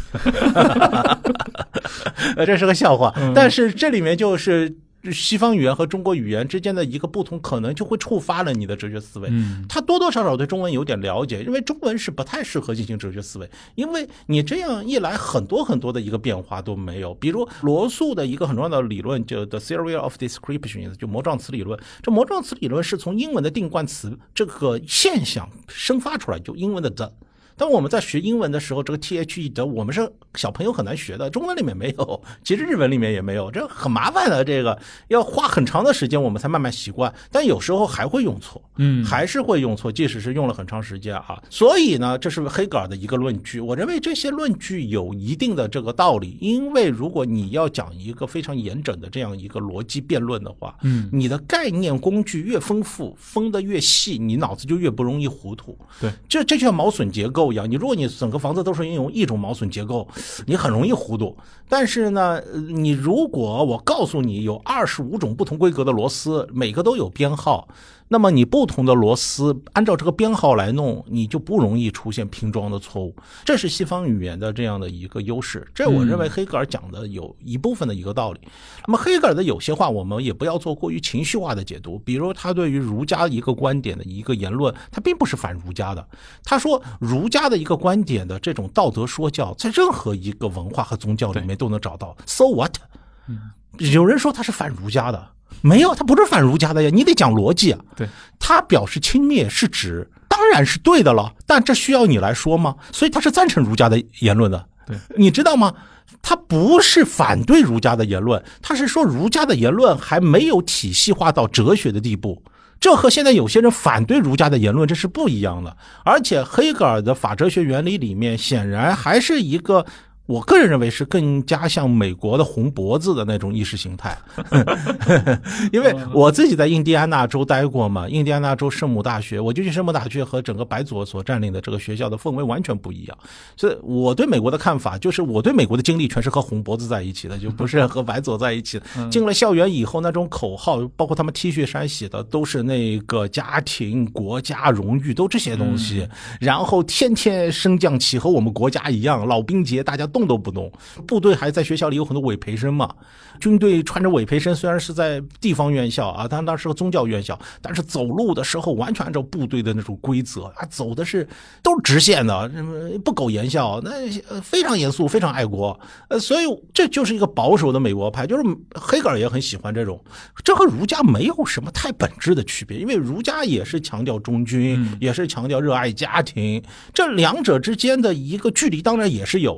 这是个笑话，但是这里面就是西方语言和中国语言之间的一个不同，可能就会触发了你的哲学思维。他多多少少对中文有点了解，因为中文是不太适合进行哲学思维，因为你这样一来，很多很多的一个变化都没有。比如罗素的一个很重要的理论，就 The Theory of Description， 就模状词理论。这模状词理论是从英文的定冠词这个现象生发出来，就英文的 the。当我们在学英文的时候，这个 the 的我们是小朋友很难学的，中文里面没有，其实日文里面也没有，这很麻烦的，这个要花很长的时间我们才慢慢习惯，但有时候还会用错，还是会用错，即使是用了很长时间啊。所以呢，这是黑格尔的一个论据，我认为这些论据有一定的这个道理，因为如果你要讲一个非常严整的这样一个逻辑辩论的话，你的概念工具越丰富，分得越细，你脑子就越不容易糊涂。 对， 这就像毛笋结构一样，如果你整个房子都是用一种毛笋结构，你很容易糊涂。但是呢，你如果我告诉你有25种不同规格的螺丝，每个都有编号，那么你不同的螺丝按照这个编号来弄，你就不容易出现拼装的错误。这是西方语言的这样的一个优势，这我认为黑格尔讲的有一部分的一个道理。那么黑格尔的有些话我们也不要做过于情绪化的解读，比如他对于儒家一个观点的一个言论，他并不是反儒家的，他说儒家的一个观点的这种道德说教在任何一个文化和宗教里面都能找到。 So what？ 有人说他是反儒家的，没有，他不是反儒家的呀，你得讲逻辑啊。 对， 他表示轻蔑是指当然是对的了，但这需要你来说吗？所以他是赞成儒家的言论的。 对， 你知道吗？他不是反对儒家的言论，他是说儒家的言论还没有体系化到哲学的地步。这和现在有些人反对儒家的言论这是不一样的。而且黑格尔的法哲学原理里面显然还是一个，我个人认为是更加像美国的红脖子的那种意识形态。因为我自己在印第安纳州待过嘛，印第安纳州圣母大学，我就去圣母大学和整个白左所占领的这个学校的氛围完全不一样。所以我对美国的看法就是，我对美国的经历全是和红脖子在一起的，就不是和白左在一起的。进了校园以后，那种口号，包括他们 T 恤衫写的都是那个家庭、国家、荣誉，都这些东西。然后天天升降起和我们国家一样，老兵节大家动都不动。部队还在学校里有很多伪培生嘛，军队穿着伪培生，虽然是在地方院校啊，但当时是个宗教院校，但是走路的时候完全按照部队的那种规则啊，走的是都是直线的，不苟言笑，那非常严肃，非常爱国。所以这就是一个保守的美国派，就是黑格尔也很喜欢这种，这和儒家没有什么太本质的区别，因为儒家也是强调忠君，也是强调热爱家庭，这两者之间的一个距离当然也是有的，因为在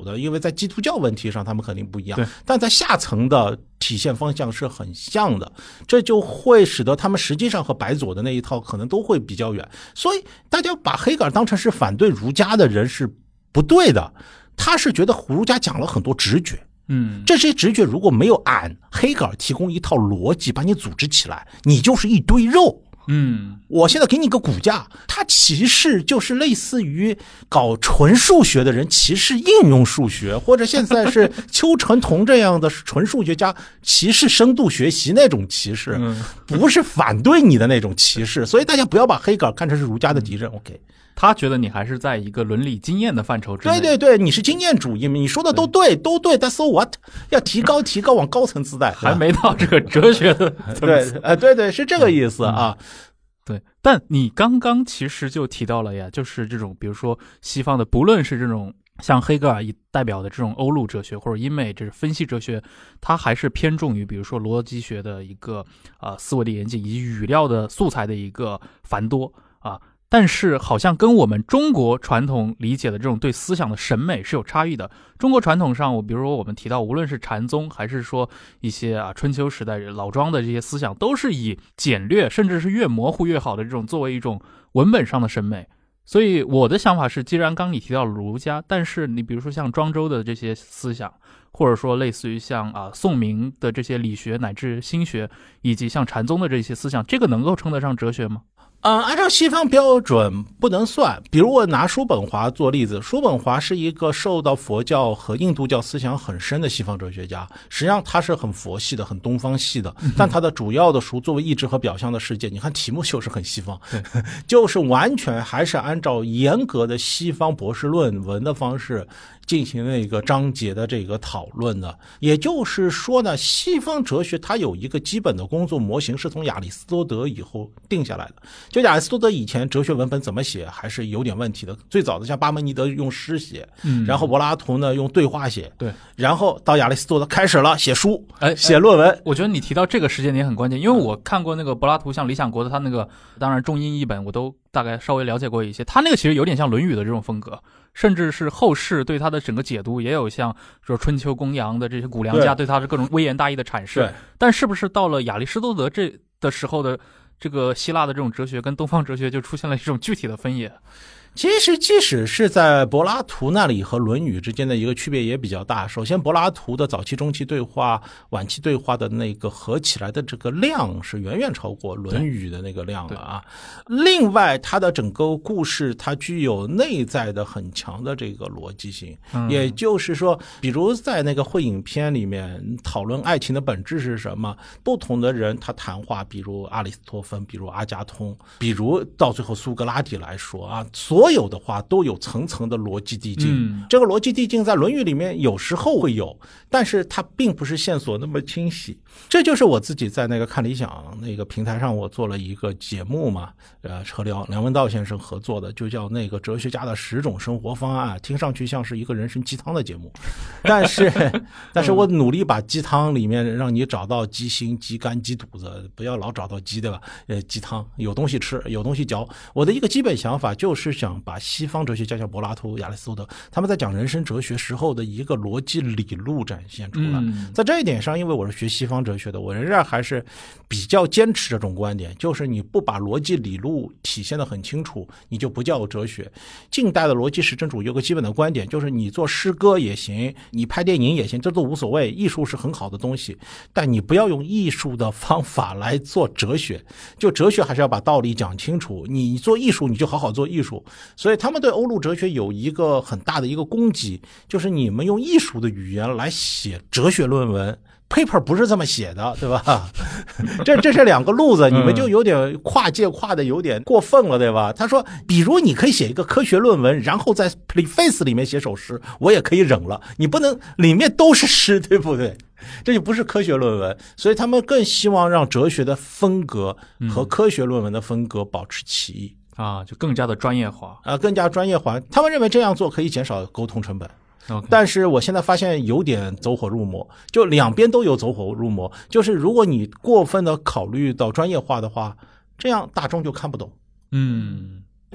在基督教问题上他们肯定不一样，但在下层的体现方向是很像的，这就会使得他们实际上和白左的那一套可能都会比较远。所以大家把黑格尔当成是反对儒家的人是不对的，他是觉得儒家讲了很多直觉，这些直觉如果没有按黑格尔提供一套逻辑把你组织起来，你就是一堆肉。我现在给你个骨架，它其实就是类似于搞纯数学的人歧视应用数学，或者现在是邱成桐这样的纯数学家歧视深度学习那种歧视，不是反对你的那种歧视。所以大家不要把黑格尔看成是儒家的敌人。OK， 他觉得你还是在一个伦理经验的范畴之内。 对对对，你是经验主义，你说的都对，都对。但 so what？ 要提高，往高层次带， 还没到这个哲学的层次。 对对，是这个意思啊。 对，但你刚刚其实就提到了呀，就是这种比如说西方的，不论是这种像黑格尔代表的这种欧陆哲学或者英美这是分析哲学，它还是偏重于比如说逻辑学的一个思维的严谨以及语料的素材的一个繁多啊。但是好像跟我们中国传统理解的这种对思想的审美是有差异的。中国传统上，比如说我们提到，无论是禅宗还是说一些春秋时代老庄的这些思想，都是以简略甚至是越模糊越好的这种作为一种文本上的审美。所以我的想法是，既然刚你提到了儒家，但是你比如说像庄周的这些思想，或者说类似于像宋明的这些理学乃至心学，以及像禅宗的这些思想，这个能够称得上哲学吗？ 按照西方标准不能算。比如我拿叔本华做例子，叔本华是一个受到佛教和印度教思想很深的西方哲学家，实际上他是很佛系的，很东方系的，但他的主要的书作为意志和表象的世界，你看题目就是很西方，就是完全还是按照严格的西方博士论文的方式进行那个章节的这个讨论的。也就是说呢，西方哲学它有一个基本的工作模型是从亚里士多德以后定下来的。就亚里士多德以前哲学文本怎么写还是有点问题的，最早的像巴门尼德用诗写，然后柏拉图呢用对话写， 对， 然后到亚里士多德开始了写书，写论文。 我觉得你提到这个时间点很关键，因为我看过那个柏拉图像理想国的他那个，当然中英译本我都大概稍微了解过一些，他那个其实有点像《论语》的这种风格，甚至是后世对他的整个解读也有像说春秋公羊的这些古良家对他的各种微言大义的阐释。但是不是到了亚里士多德这的时候的这个希腊的这种哲学跟东方哲学就出现了一种具体的分野？ 其实即使是在柏拉图那里和论语之间的一个区别也比较大。首先柏拉图的早期中期对话晚期对话的那个合起来的这个量是远远超过论语的那个量了啊。另外它的整个故事它具有内在的很强的这个逻辑性，也就是说比如在那个会影片里面讨论爱情的本质是什么，不同的人他谈话，比如阿里斯托芬，比如阿加通，比如到最后苏格拉底来说啊，所有的话都有层层的逻辑递进。这个逻辑递进在论语里面有时候会有，但是它并不是线索那么清晰。这就是我自己在那个看理想那个平台上我做了一个节目嘛，和梁文道先生合作的，就叫那个哲学家的10种生活方案，听上去像是一个人参鸡汤的节目，但是我努力把鸡汤里面让你找到鸡心鸡肝鸡肚子，不要老找到鸡，对吧？鸡汤有东西吃有东西嚼。我的一个基本想法就是想把西方哲学家像柏拉图亚里士多德他们在讲人生哲学时候的一个逻辑理路展现出来。在这一点上因为我是学西方哲学的，我仍然还是比较坚持这种观点，就是你不把逻辑理路体现得很清楚你就不叫哲学。近代的逻辑实证主义有个基本的观点，就是你做诗歌也行，你拍电影也行，这都无所谓，艺术是很好的东西，但你不要用艺术的方法来做哲学。就哲学还是要把道理讲清楚，你做艺术你就好好做艺术。所以他们对欧陆哲学有一个很大的一个攻击，就是你们用艺术的语言来写哲学论文，paper 不是这么写的，对吧？这是两个路子，你们就有点跨界跨的有点过分了，对吧？他说比如你可以写一个科学论文，然后在 preface 里面写首诗，我也可以忍了，你不能里面都是诗，对不对？这就不是科学论文。所以他们更希望让哲学的风格和科学论文的风格保持其一就更加的专业化更加专业化。他们认为这样做可以减少沟通成本。但是我现在发现有点走火入魔，就两边都有走火入魔。就是如果你过分的考虑到专业化的话，这样大众就看不懂。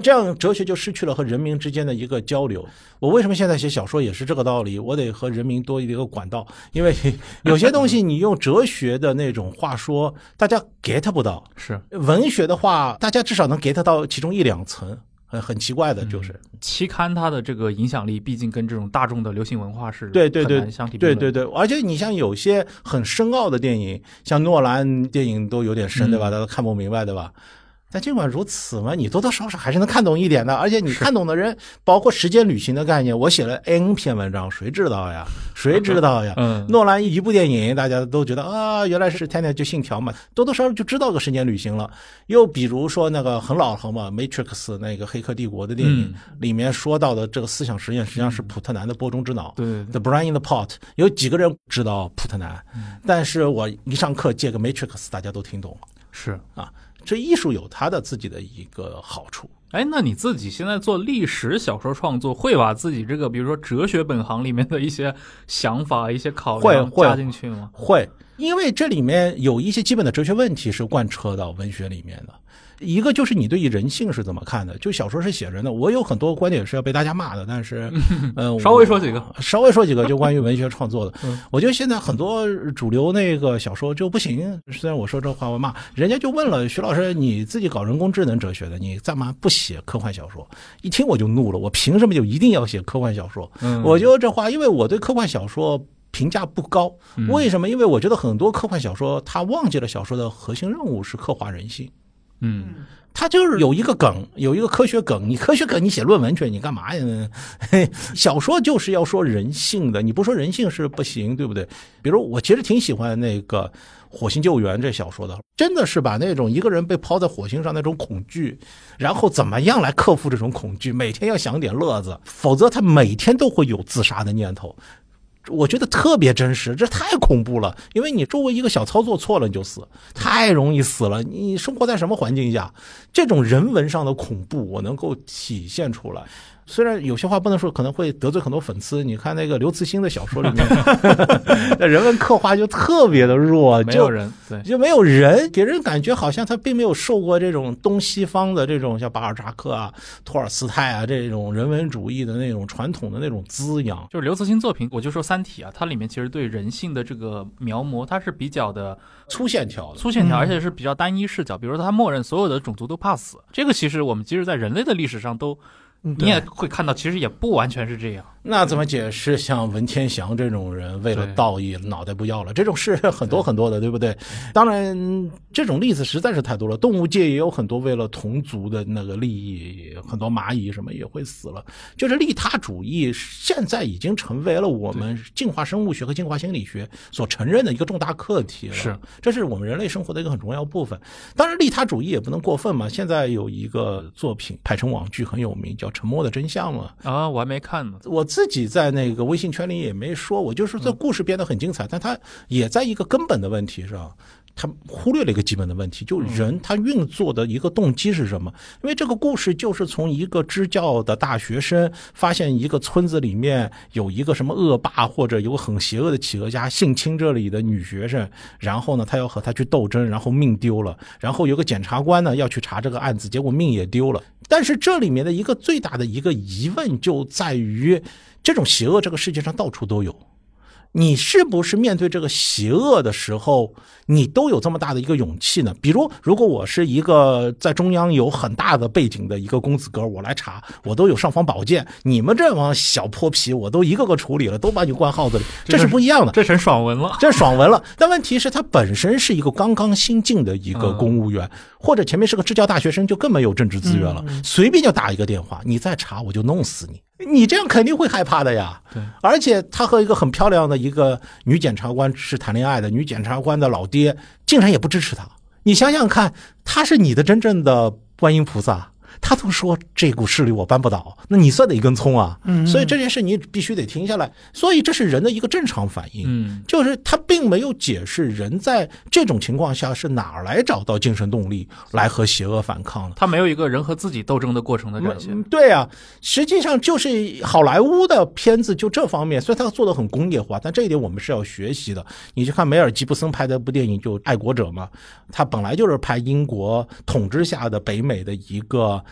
这样哲学就失去了和人民之间的一个交流。我为什么现在写小说也是这个道理，我得和人民多一个管道，因为有些东西你用哲学的那种话说，大家 get 不到， 是文学的话，大家至少能 get 到其中1-2层。很奇怪的，就是期刊它的这个影响力，毕竟跟这种大众的流行文化是很难相提并论。 对，而且你像有些很深奥的电影，像诺兰电影都有点深，对吧？大家都看不明白，对吧？但尽管如此嘛，你多多少少还是能看懂一点的，而且你看懂的人，包括时间旅行的概念，我写了 N 篇文章，谁知道呀？诺兰一部电影，大家都觉得啊，原来是天天就信条嘛，多多少少就知道个时间旅行了。又比如说那个很老嘛 ，Matrix 那个黑客帝国的电影里面说到的这个思想实验，实际上是普特南的波中之脑， 对 ，The Brain in the Pot， 有几个人知道普特南？但是我一上课借个 Matrix， 大家都听懂了， 是啊。这艺术有它的自己的一个好处。 那你自己现在做历史小说创作，会把自己这个比如说哲学本行里面的一些想法、一些考量加进去吗？ 会，因为这里面有一些基本的哲学问题是贯彻到文学里面的。一个就是你对于人性是怎么看的，就小说是写人的，我有很多观点是要被大家骂的，但是稍微说几个就关于文学创作的我觉得现在很多主流那个小说就不行，虽然我说这话我骂人家，就问了徐老师，你自己搞人工智能哲学的，你干嘛不写科幻小说？一听我就怒了，我凭什么就一定要写科幻小说？我觉得这话，因为我对科幻小说评价不高，为什么？因为我觉得很多科幻小说他忘记了小说的核心任务是刻画人性。他就是有一个梗，有一个科学梗，你科学梗你写论文去，你干嘛呀？小说就是要说人性的，你不说人性是不行，对不对？比如我其实挺喜欢那个火星救援这小说的，真的是把那种一个人被抛在火星上那种恐惧，然后怎么样来克服这种恐惧，每天要想点乐子，否则他每天都会有自杀的念头。我觉得特别真实，这太恐怖了，因为你周围一个小操作错了你就死，太容易死了。你生活在什么环境下，这种人文上的恐怖我能够体现出来。虽然有些话不能说，可能会得罪很多粉丝。你看那个刘慈欣的小说里面人文刻画就特别的弱， 没有人，对， 就没有人，给人感觉好像他并没有受过这种东西方的这种像巴尔扎克啊、托尔斯泰啊这种人文主义的那种传统的那种滋养。 就是刘慈欣作品，我就说《三体》啊，它里面其实对人性的这个描摹，它是比较的粗线条， 而且是比较单一视角。比如说，他默认所有的种族都怕死，这个其实我们即使在人类的历史上都。你也会看到，其实也不完全是这样。 那怎么解释像文天祥这种人为了道义脑袋不要了？这种事很多很多的，对不对？当然，这种例子实在是太多了。动物界也有很多为了同族的那个利益，很多蚂蚁什么也会死了。就是利他主义现在已经成为了我们进化生物学和进化心理学所承认的一个重大课题了。 是， 这是我们人类生活的一个很重要部分。当然，利他主义也不能过分嘛。现在有一个作品拍成网剧很有名，叫《沉默的真相》嘛。 啊，我还没看呢。 我自己在那个微信圈里也没说，我就是这故事编得很精彩，但它也在一个根本的问题上，他忽略了一个基本的问题，就人他运作的一个动机是什么？因为这个故事就是从一个支教的大学生发现一个村子里面有一个什么恶霸或者有个很邪恶的企鹅家性侵这里的女学生，然后呢他要和他去斗争，然后命丢了，然后有个检察官呢要去查这个案子，结果命也丢了。但是这里面的一个最大的一个疑问就在于，这种邪恶这个世界上到处都有，你是不是面对这个邪恶的时候你都有这么大的一个勇气呢？比如如果我是一个在中央有很大的背景的一个公子哥，我来查，我都有尚方宝剑，你们这帮小泼皮我都一个个处理了，都把你关号子里，这是不一样的， 这成爽文了， 这爽文了。但问题是他本身是一个刚刚新进的一个公务员，或者前面是个支教大学生，就更没有政治资源了，随便就打一个电话，你再查我就弄死你，你这样肯定会害怕的呀。 对， 而且他和一个很漂亮的一个女检察官是谈恋爱的，女检察官的老爹竟然也不支持他。你想想看，他是你的真正的观音菩萨，他都说这股势力我扳不倒，那你算得一根葱啊。所以这件事你必须得停下来。所以这是人的一个正常反应，就是他并没有解释人在这种情况下是哪来找到精神动力来和邪恶反抗的。 他没有一个人和自己斗争的过程的展现。 对啊，实际上就是好莱坞的片子就这方面，所以他做的很工业化，但这一点我们是要学习的。你去看梅尔吉布森拍的部电影就《爱国者》嘛，他本来就是拍英国统治下的北美的一个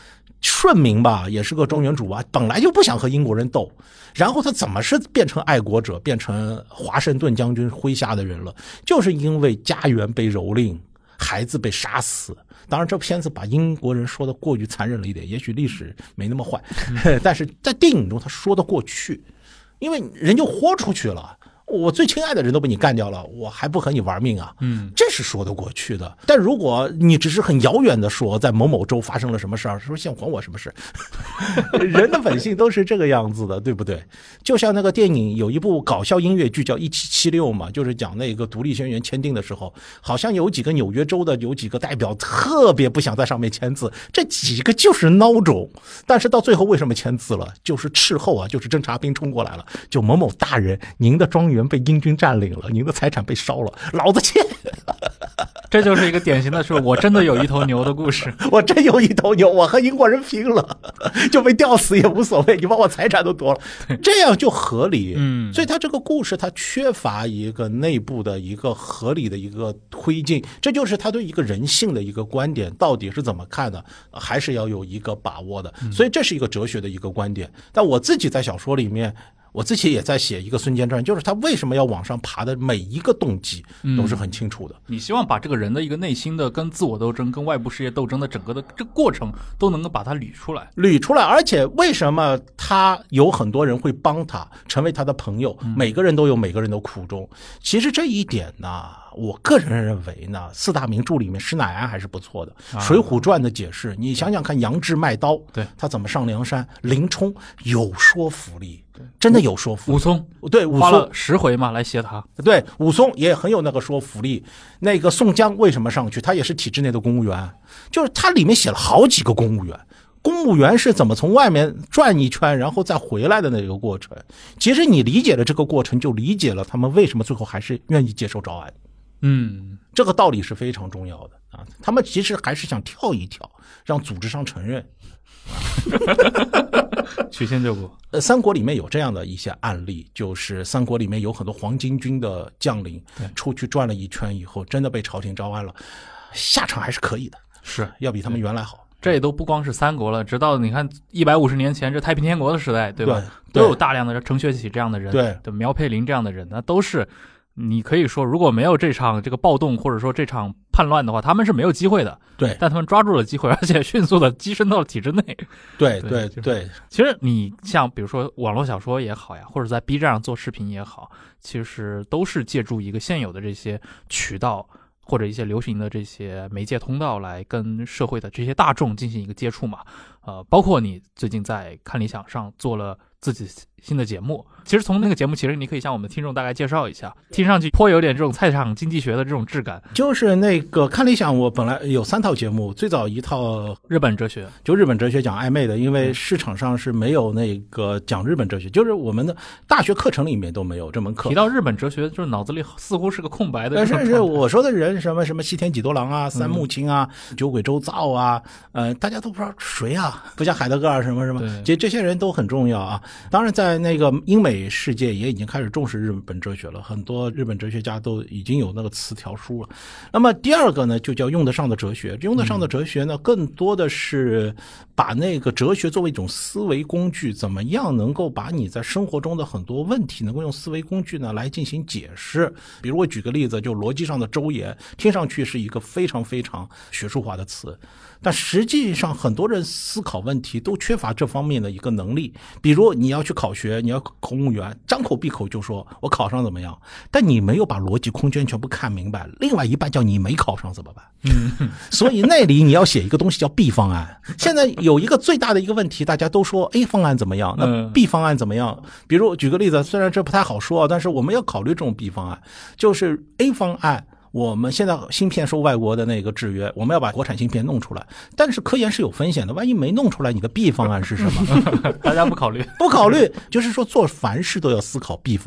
顺民吧，也是个庄园主啊，本来就不想和英国人斗，然后他怎么是变成爱国者，变成华盛顿将军麾下的人了？就是因为家园被蹂躏，孩子被杀死。当然这片子把英国人说的过于残忍了一点，也许历史没那么坏，但是在电影中他说得过去，因为人就豁出去了，我最亲爱的人都被你干掉了，我还不和你玩命啊？这是说得过去的。但如果你只是很遥远的说，在某某州发生了什么事儿，说现在管我什么事？人的本性都是这个样子的，对不对？就像那个电影有一部搞笑音乐剧叫《1776》嘛，就是讲那个独立宣言签订的时候，好像有几个纽约州的有几个代表特别不想在上面签字，这几个就是孬种。但是到最后为什么签字了？就是斥候啊，就是侦察兵冲过来了，就某某大人，您的庄园被英军占领了，您的财产被烧了，老子欠。 这就是一个典型的说我真的有一头牛的故事。 我真有一头牛，我和英国人拼了，就被吊死也无所谓，你把我财产都夺了，这样就合理。所以他这个故事他缺乏一个内部的一个合理的一个推进，这就是他对一个人性的一个观点到底是怎么看的，还是要有一个把握的。所以这是一个哲学的一个观点。但我自己在小说里面，我自己也在写一个孙坚传，就是他为什么要往上爬的每一个动机都是很清楚的。 你希望把这个人的一个内心的跟自我斗争跟外部世界斗争的整个的这个过程都能够把它捋出来， 而且为什么他有很多人会帮他成为他的朋友，每个人都有每个人的苦衷。其实这一点呢，我个人认为呢，四大名著里面施乃庵还是不错的。水浒传的解释，你想想看，杨志卖刀， 对， 他怎么上梁山，林冲有说服力，真的有说服力。 武松， 对，武松花了10回嘛来写他， 对，武松也很有那个说服力。那个宋江为什么上去？他也是体制内的公务员，就是他里面写了好几个公务员。公务员是怎么从外面转一圈然后再回来的那个过程。其实你理解了这个过程，就理解了他们为什么最后还是愿意接受招安。这个道理是非常重要的啊！他们其实还是想跳一跳，让组织上承认。 曲线救国。 三国里面有这样的一些案例，就是三国里面有很多黄巾军的将领出去转了一圈以后，真的被朝廷招安了，下场还是可以的， 是要比他们原来好。 这也都不光是三国了，直到你看150年前这太平天国的时代，对吧？ 对， 都有大量的程学启这样的人，对，苗佩林这样的人，那都是你可以说，如果没有这场这个暴动或者说这场叛乱的话，他们是没有机会的。 对， 但他们抓住了机会，而且迅速的跻身到了体制内。 对。 其实你像比如说网络小说也好呀，或者在 B 站上做视频也好，其实都是借助一个现有的这些渠道或者一些流行的这些媒介通道来跟社会的这些大众进行一个接触嘛。包括你最近在看理想上做了自己新的节目，其实从那个节目其实你可以向我们的听众大概介绍一下，听上去颇有点这种菜场经济学的这种质感。 就是那个看理想，我本来有3套节目，最早一套日本哲学， 就日本哲学讲暧昧的，因为市场上是没有那个讲日本哲学，就是我们的大学课程里面都没有这门课。 提到日本哲学，就是脑子里似乎是个空白的。 是我说的人什么西田几多郎啊、三木清啊、酒鬼周造啊，大家都不知道谁啊，不像海德格尔什么，这些人都很重要啊。当然在那个英美世界也已经开始重视日本哲学了，很多日本哲学家都已经有那个词条书了。那么第二个呢，就叫用得上的哲学。用得上的哲学呢，更多的是把那个哲学作为一种思维工具，怎么样能够把你在生活中的很多问题能够用思维工具呢来进行解释。比如我举个例子，就逻辑上的周延，听上去是一个非常非常学术化的词，但实际上很多人思考问题都缺乏这方面的一个能力。比如你要去考学，你要考公务员，张口闭口就说我考上怎么样，但你没有把逻辑空间全部看明白，另外一半叫你没考上怎么办？所以那里你要写一个东西叫 B 方案。现在有一个最大的一个问题，大家都说 A 方案怎么样，那 B 方案怎么样？比如举个例子，虽然这不太好说，但是我们要考虑这种 B 方案，就是 A 方案，我们现在芯片受外国的那个制约，我们要把国产芯片弄出来，但是科研是有风险的，万一没弄出来，你的 B 方案是什么？ 大家不考虑， 就是说做凡事都要思考 B 方案。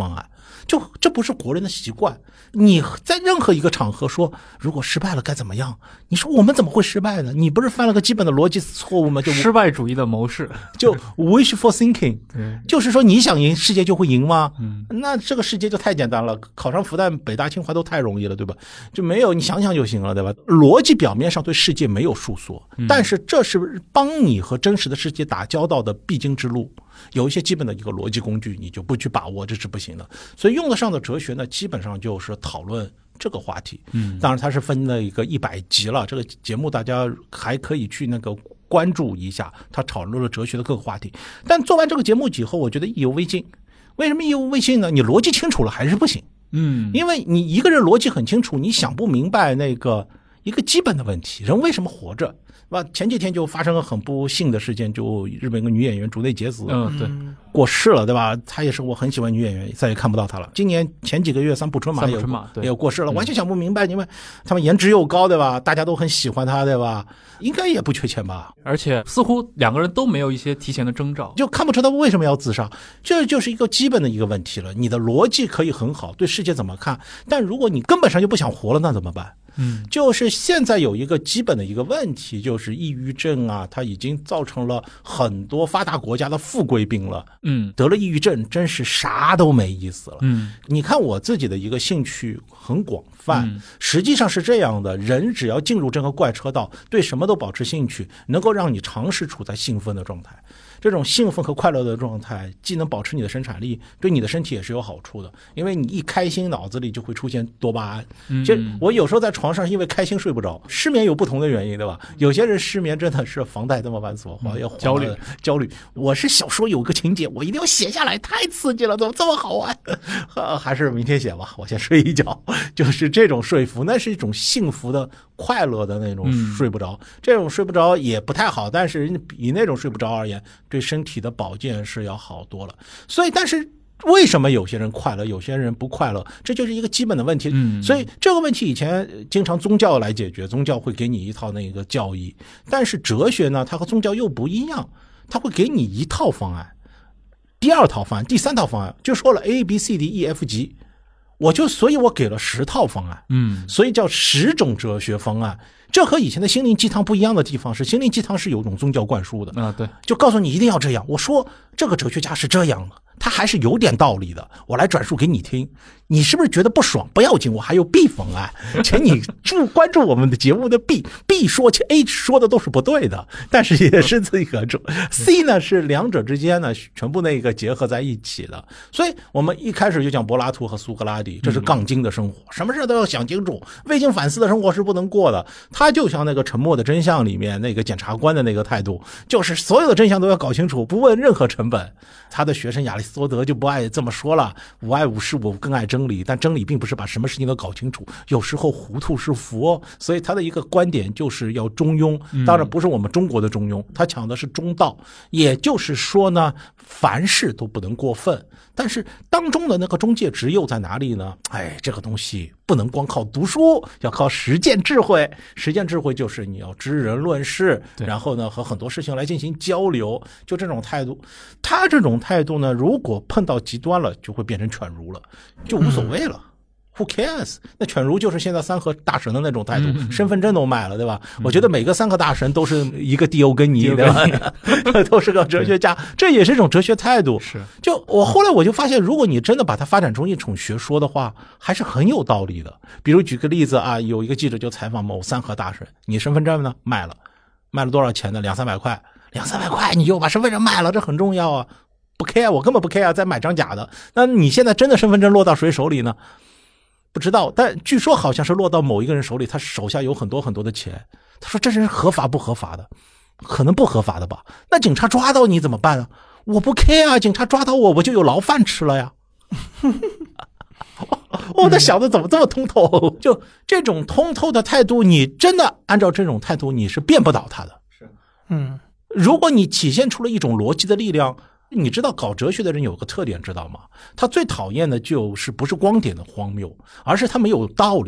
这不是国人的习惯。你在任何一个场合说如果失败了该怎么样，你说我们怎么会失败呢？你不是犯了个基本的逻辑错误吗？就失败主义的谋士， 就 wishful thinking， 就是说你想赢世界就会赢吗？那这个世界就太简单了，考上复旦北大清华都太容易了，对吧？就没有，你想想就行了，对吧？逻辑表面上对世界没有束缚，但是这是帮你和真实的世界打交道的必经之路，有一些基本的一个逻辑工具你就不去把握，这是不行的。所以用得上的哲学呢，基本上就是讨论这个话题。当然它是分了一个100集了，这个节目大家还可以去那个关注一下，他讨论了哲学的各个话题。但做完这个节目以后，我觉得意犹未尽。为什么意犹未尽呢？你逻辑清楚了还是不行。因为你一个人逻辑很清楚，你想不明白那个一个基本的问题，人为什么活着？前几天就发生了很不幸的事件，就日本一个女演员竹内结子， 对， 过世了，对吧？她也是我很喜欢女演员，再也看不到她了。今年前几个月三浦春马也过世了，完全想不明白，因为他们颜值又高，对吧？大家都很喜欢她，对吧？应该也不缺钱吧？ 而且似乎两个人都没有一些提前的征兆， 就看不出他为什么要自杀。这就是一个基本的一个问题了。你的逻辑可以很好，对世界怎么看，但如果你根本上就不想活了，那怎么办？就是现在有一个基本的一个问题，就是抑郁症啊，它已经造成了很多发达国家的富贵病了。得了抑郁症真是啥都没意思了。你看我自己的一个兴趣很广泛，实际上是这样的，人只要进入这个怪车道，对什么都保持兴趣，能够让你长时处在兴奋的状态。这种兴奋和快乐的状态既能保持你的生产力，对你的身体也是有好处的，因为你一开心脑子里就会出现多巴胺。就我有时候在床上因为开心睡不着，失眠有不同的原因，对吧？有些人失眠真的是房贷这么繁琐，焦虑。我是小说有个情节我一定要写下来，太刺激了，怎么这么好玩？还是明天写吧，我先睡一觉。就是这种说服，那是一种幸福的快乐的那种睡不着，这种睡不着也不太好，但是比那种睡不着而言，对身体的保健是要好多了。所以但是为什么有些人快乐有些人不快乐，这就是一个基本的问题。所以这个问题以前经常宗教来解决，宗教会给你一套那个教义，但是哲学呢，它和宗教又不一样，它会给你一套方案，第二套方案，第三套方案，就说了 A B C D E F G， 所以我给了10套方案。所以叫10种哲学方案。这和以前的心灵鸡汤不一样的地方是，心灵鸡汤是有种宗教灌输的对， 就告诉你一定要这样，我说这个哲学家是这样的，他还是有点道理的，我来转述给你听，你是不是觉得不爽？不要紧，我还有 B 方案，请你关注我们的节目的 B 说 A 说的都是不对的，但是也是这个C 呢是两者之间呢全部那个结合在一起的。所以我们一开始就讲柏拉图和苏格拉底，这是杠精的生活，什么事都要想清楚，未经反思的生活是不能过的。他就像那个沉默的真相里面那个检察官的那个态度，就是所有的真相都要搞清楚，不问任何成本。他的学生亚里士多德就不爱这么说了，无爱无事，我更爱真理，但真理并不是把什么事情都搞清楚，有时候糊涂是福哦。所以他的一个观点就是要中庸，当然不是我们中国的中庸，他讲的是中道，也就是说呢，凡事都不能过分，但是当中的那个中介值又在哪里呢？这个东西不能光靠读书，要靠实践智慧。实践智慧就是你要知人论事，然后呢和很多事情来进行交流，就这种态度。他这种态度呢，如果碰到极端了，就会变成犬儒了，就无所谓了。Who cares？ 那犬儒就是现在三和大神的那种态度，身份证都卖了，对吧？我觉得每个三和大神都是一个迪欧根尼，对吧？都是个哲学家，这也是一种哲学态度。 是， 就我后来我就发现，如果你真的把它发展成一种学说的话，还是很有道理的。比如举个例子啊，有一个记者就采访某三和大神，你身份证呢卖了多少钱呢？200-300块，200-300块你就把身份证卖了，这很重要啊。不 care， 我根本不 care， 再买张假的。那你现在真的身份证落到谁手里呢？不知道，但据说好像是落到某一个人手里，他手下有很多很多的钱。他说这是合法不合法的？可能不合法的吧。那警察抓到你怎么办啊？我不 care 啊，警察抓到我就有牢饭吃了呀。我的小子怎么这么通透？就这种通透的态度，你真的按照这种态度，你是变不倒他的。 是， 如果你体现出了一种逻辑的力量。你知道搞哲学的人有个特点知道吗？他最讨厌的就是不是光点的荒谬，而是他没有道理。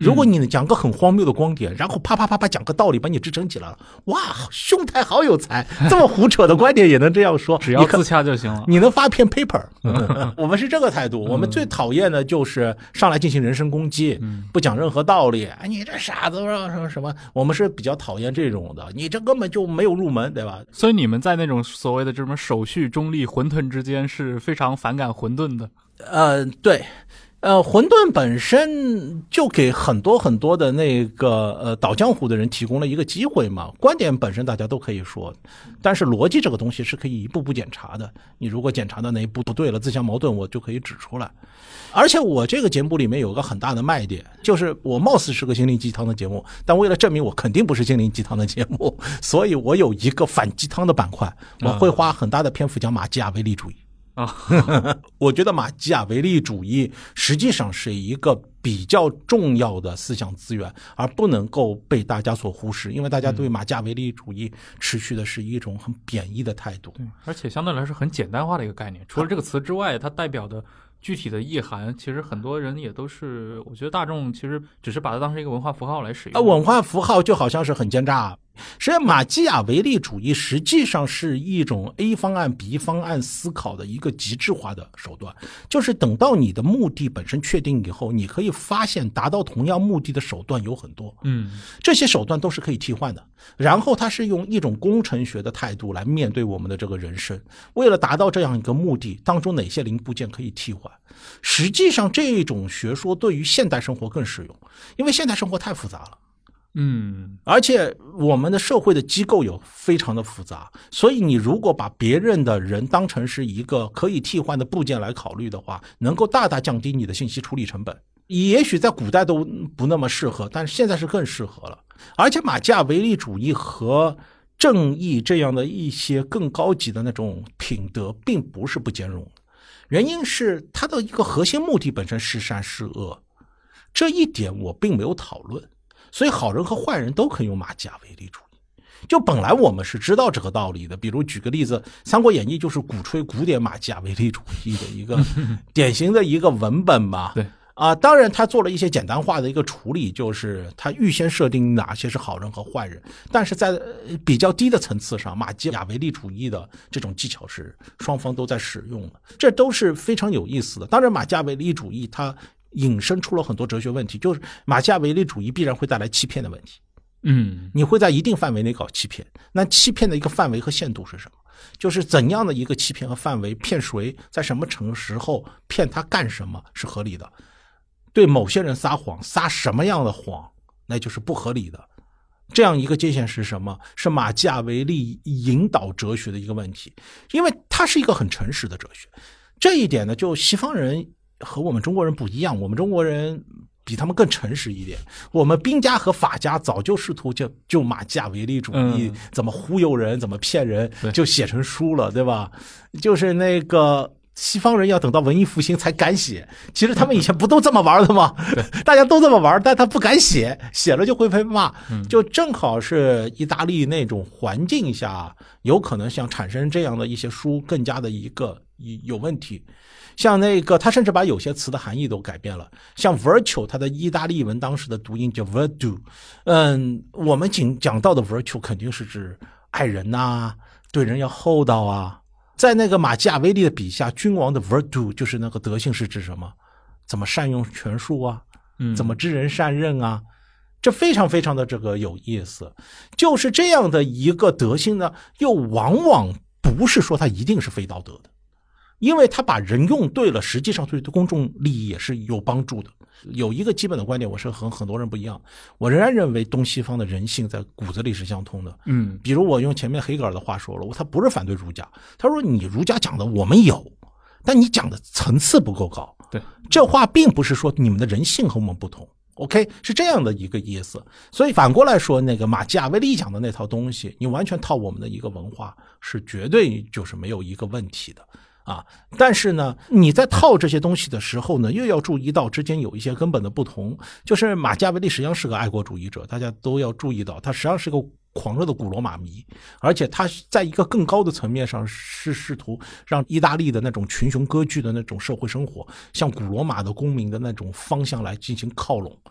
如果你讲个很荒谬的观点，然后啪啪啪啪讲个道理把你支撑起来了，哇，兄台好有才，这么胡扯的观点也能这样说， 只要自洽就行了， 你能发篇 paper。我们是这个态度，我们最讨厌的就是上来进行人身攻击，不讲任何道理，你这傻子什么，我们是比较讨厌这种的，你这根本就没有入门，对吧？ 所以你们在那种所谓的这种手续中立混沌之间是非常反感混沌的。 对。混沌本身就给很多很多的那个倒江湖的人提供了一个机会嘛。观点本身大家都可以说，但是逻辑这个东西是可以一步步检查的。你如果检查的那一步不对了，自相矛盾，我就可以指出来。而且我这个节目里面有个很大的卖点，就是我貌似是个心灵鸡汤的节目，但为了证明我肯定不是心灵鸡汤的节目，所以我有一个反鸡汤的板块，我会花很大的篇幅讲马基雅维利主义。我觉得马基雅维利主义实际上是一个比较重要的思想资源，而不能够被大家所忽视，因为大家对马基雅维利主义持续的是一种很贬义的态度。 对，而且相对来说很简单化的一个概念，除了这个词之外，它代表的具体的意涵，其实很多人也都是，我觉得大众其实只是把它当成一个文化符号来使用。 文化符号就好像是很奸诈。实际上马基雅维利主义实际上是一种 A 方案 B 方案思考的一个极致化的手段，就是等到你的目的本身确定以后，你可以发现达到同样目的的手段有很多，这些手段都是可以替换的。然后它是用一种工程学的态度来面对我们的这个人生，为了达到这样一个目的，当中哪些零部件可以替换。实际上这种学说对于现代生活更适用，因为现代生活太复杂了。而且我们的社会的机构有非常的复杂，所以你如果把别人的人当成是一个可以替换的部件来考虑的话，能够大大降低你的信息处理成本。也许在古代都不那么适合，但是现在是更适合了。而且马基雅维利主义和正义这样的一些更高级的那种品德并不是不兼容的，原因是它的一个核心目的本身是善是恶，这一点我并没有讨论。所以好人和坏人都可以用马基雅维利主义，就本来我们是知道这个道理的。比如举个例子，《三国演义》就是鼓吹古典马基雅维利主义的一个典型的一个文本嘛。 对当然他做了一些简单化的一个处理，就是他预先设定哪些是好人和坏人，但是在比较低的层次上，马基雅维利主义的这种技巧是双方都在使用的，这都是非常有意思的。当然马基雅维利主义它引申出了很多哲学问题，就是马基雅维利主义必然会带来欺骗的问题。你会在一定范围内搞欺骗，那欺骗的一个范围和限度是什么？就是怎样的一个欺骗和范围，骗谁，在什么时候骗他干什么是合理的。对某些人撒谎，撒什么样的谎那就是不合理的。这样一个界限是什么？是马基雅维利引导哲学的一个问题，因为它是一个很诚实的哲学。这一点呢，就西方人和我们中国人不一样，我们中国人比他们更诚实一点。我们兵家和法家早就试图就马基雅维利主义怎么忽悠人，怎么骗人，就写成书了，对吧？就是那个西方人要等到文艺复兴才敢写，其实他们以前不都这么玩的吗？大家都这么玩，但他不敢写，写了就会被骂。就正好是意大利那种环境下，有可能像产生这样的一些书更加的一个有问题。像那个他甚至把有些词的含义都改变了，像 virtue 它的意大利文当时的读音叫 virtue。我们讲到的 virtue 肯定是指爱人啊，对人要厚道啊。在那个马基雅维利的笔下，君王的 virtue 就是那个德性是指什么？怎么善用权术啊，怎么知人善任啊，这非常非常的这个有意思。就是这样的一个德性呢，又往往不是说它一定是非道德的，因为他把人用对了，实际上对公众利益也是有帮助的。有一个基本的观点，我是和很多人不一样，我仍然认为东西方的人性在骨子里是相通的。比如我用前面黑格尔的话说了，他不是反对儒家，他说你儒家讲的我们有，但你讲的层次不够高。 对， 这话并不是说你们的人性和我们不同。OK， 是这样的一个意思。所以反过来说，那个马基雅维利讲的那套东西，你完全套我们的一个文化，是绝对就是没有一个问题的。但是呢，你在套这些东西的时候呢，又要注意到之间有一些根本的不同。就是马基雅维利实际上是个爱国主义者，大家都要注意到，他实际上是个狂热的古罗马迷，而且他在一个更高的层面上是试图让意大利的那种群雄割据的那种社会生活向古罗马的公民的那种方向来进行靠拢。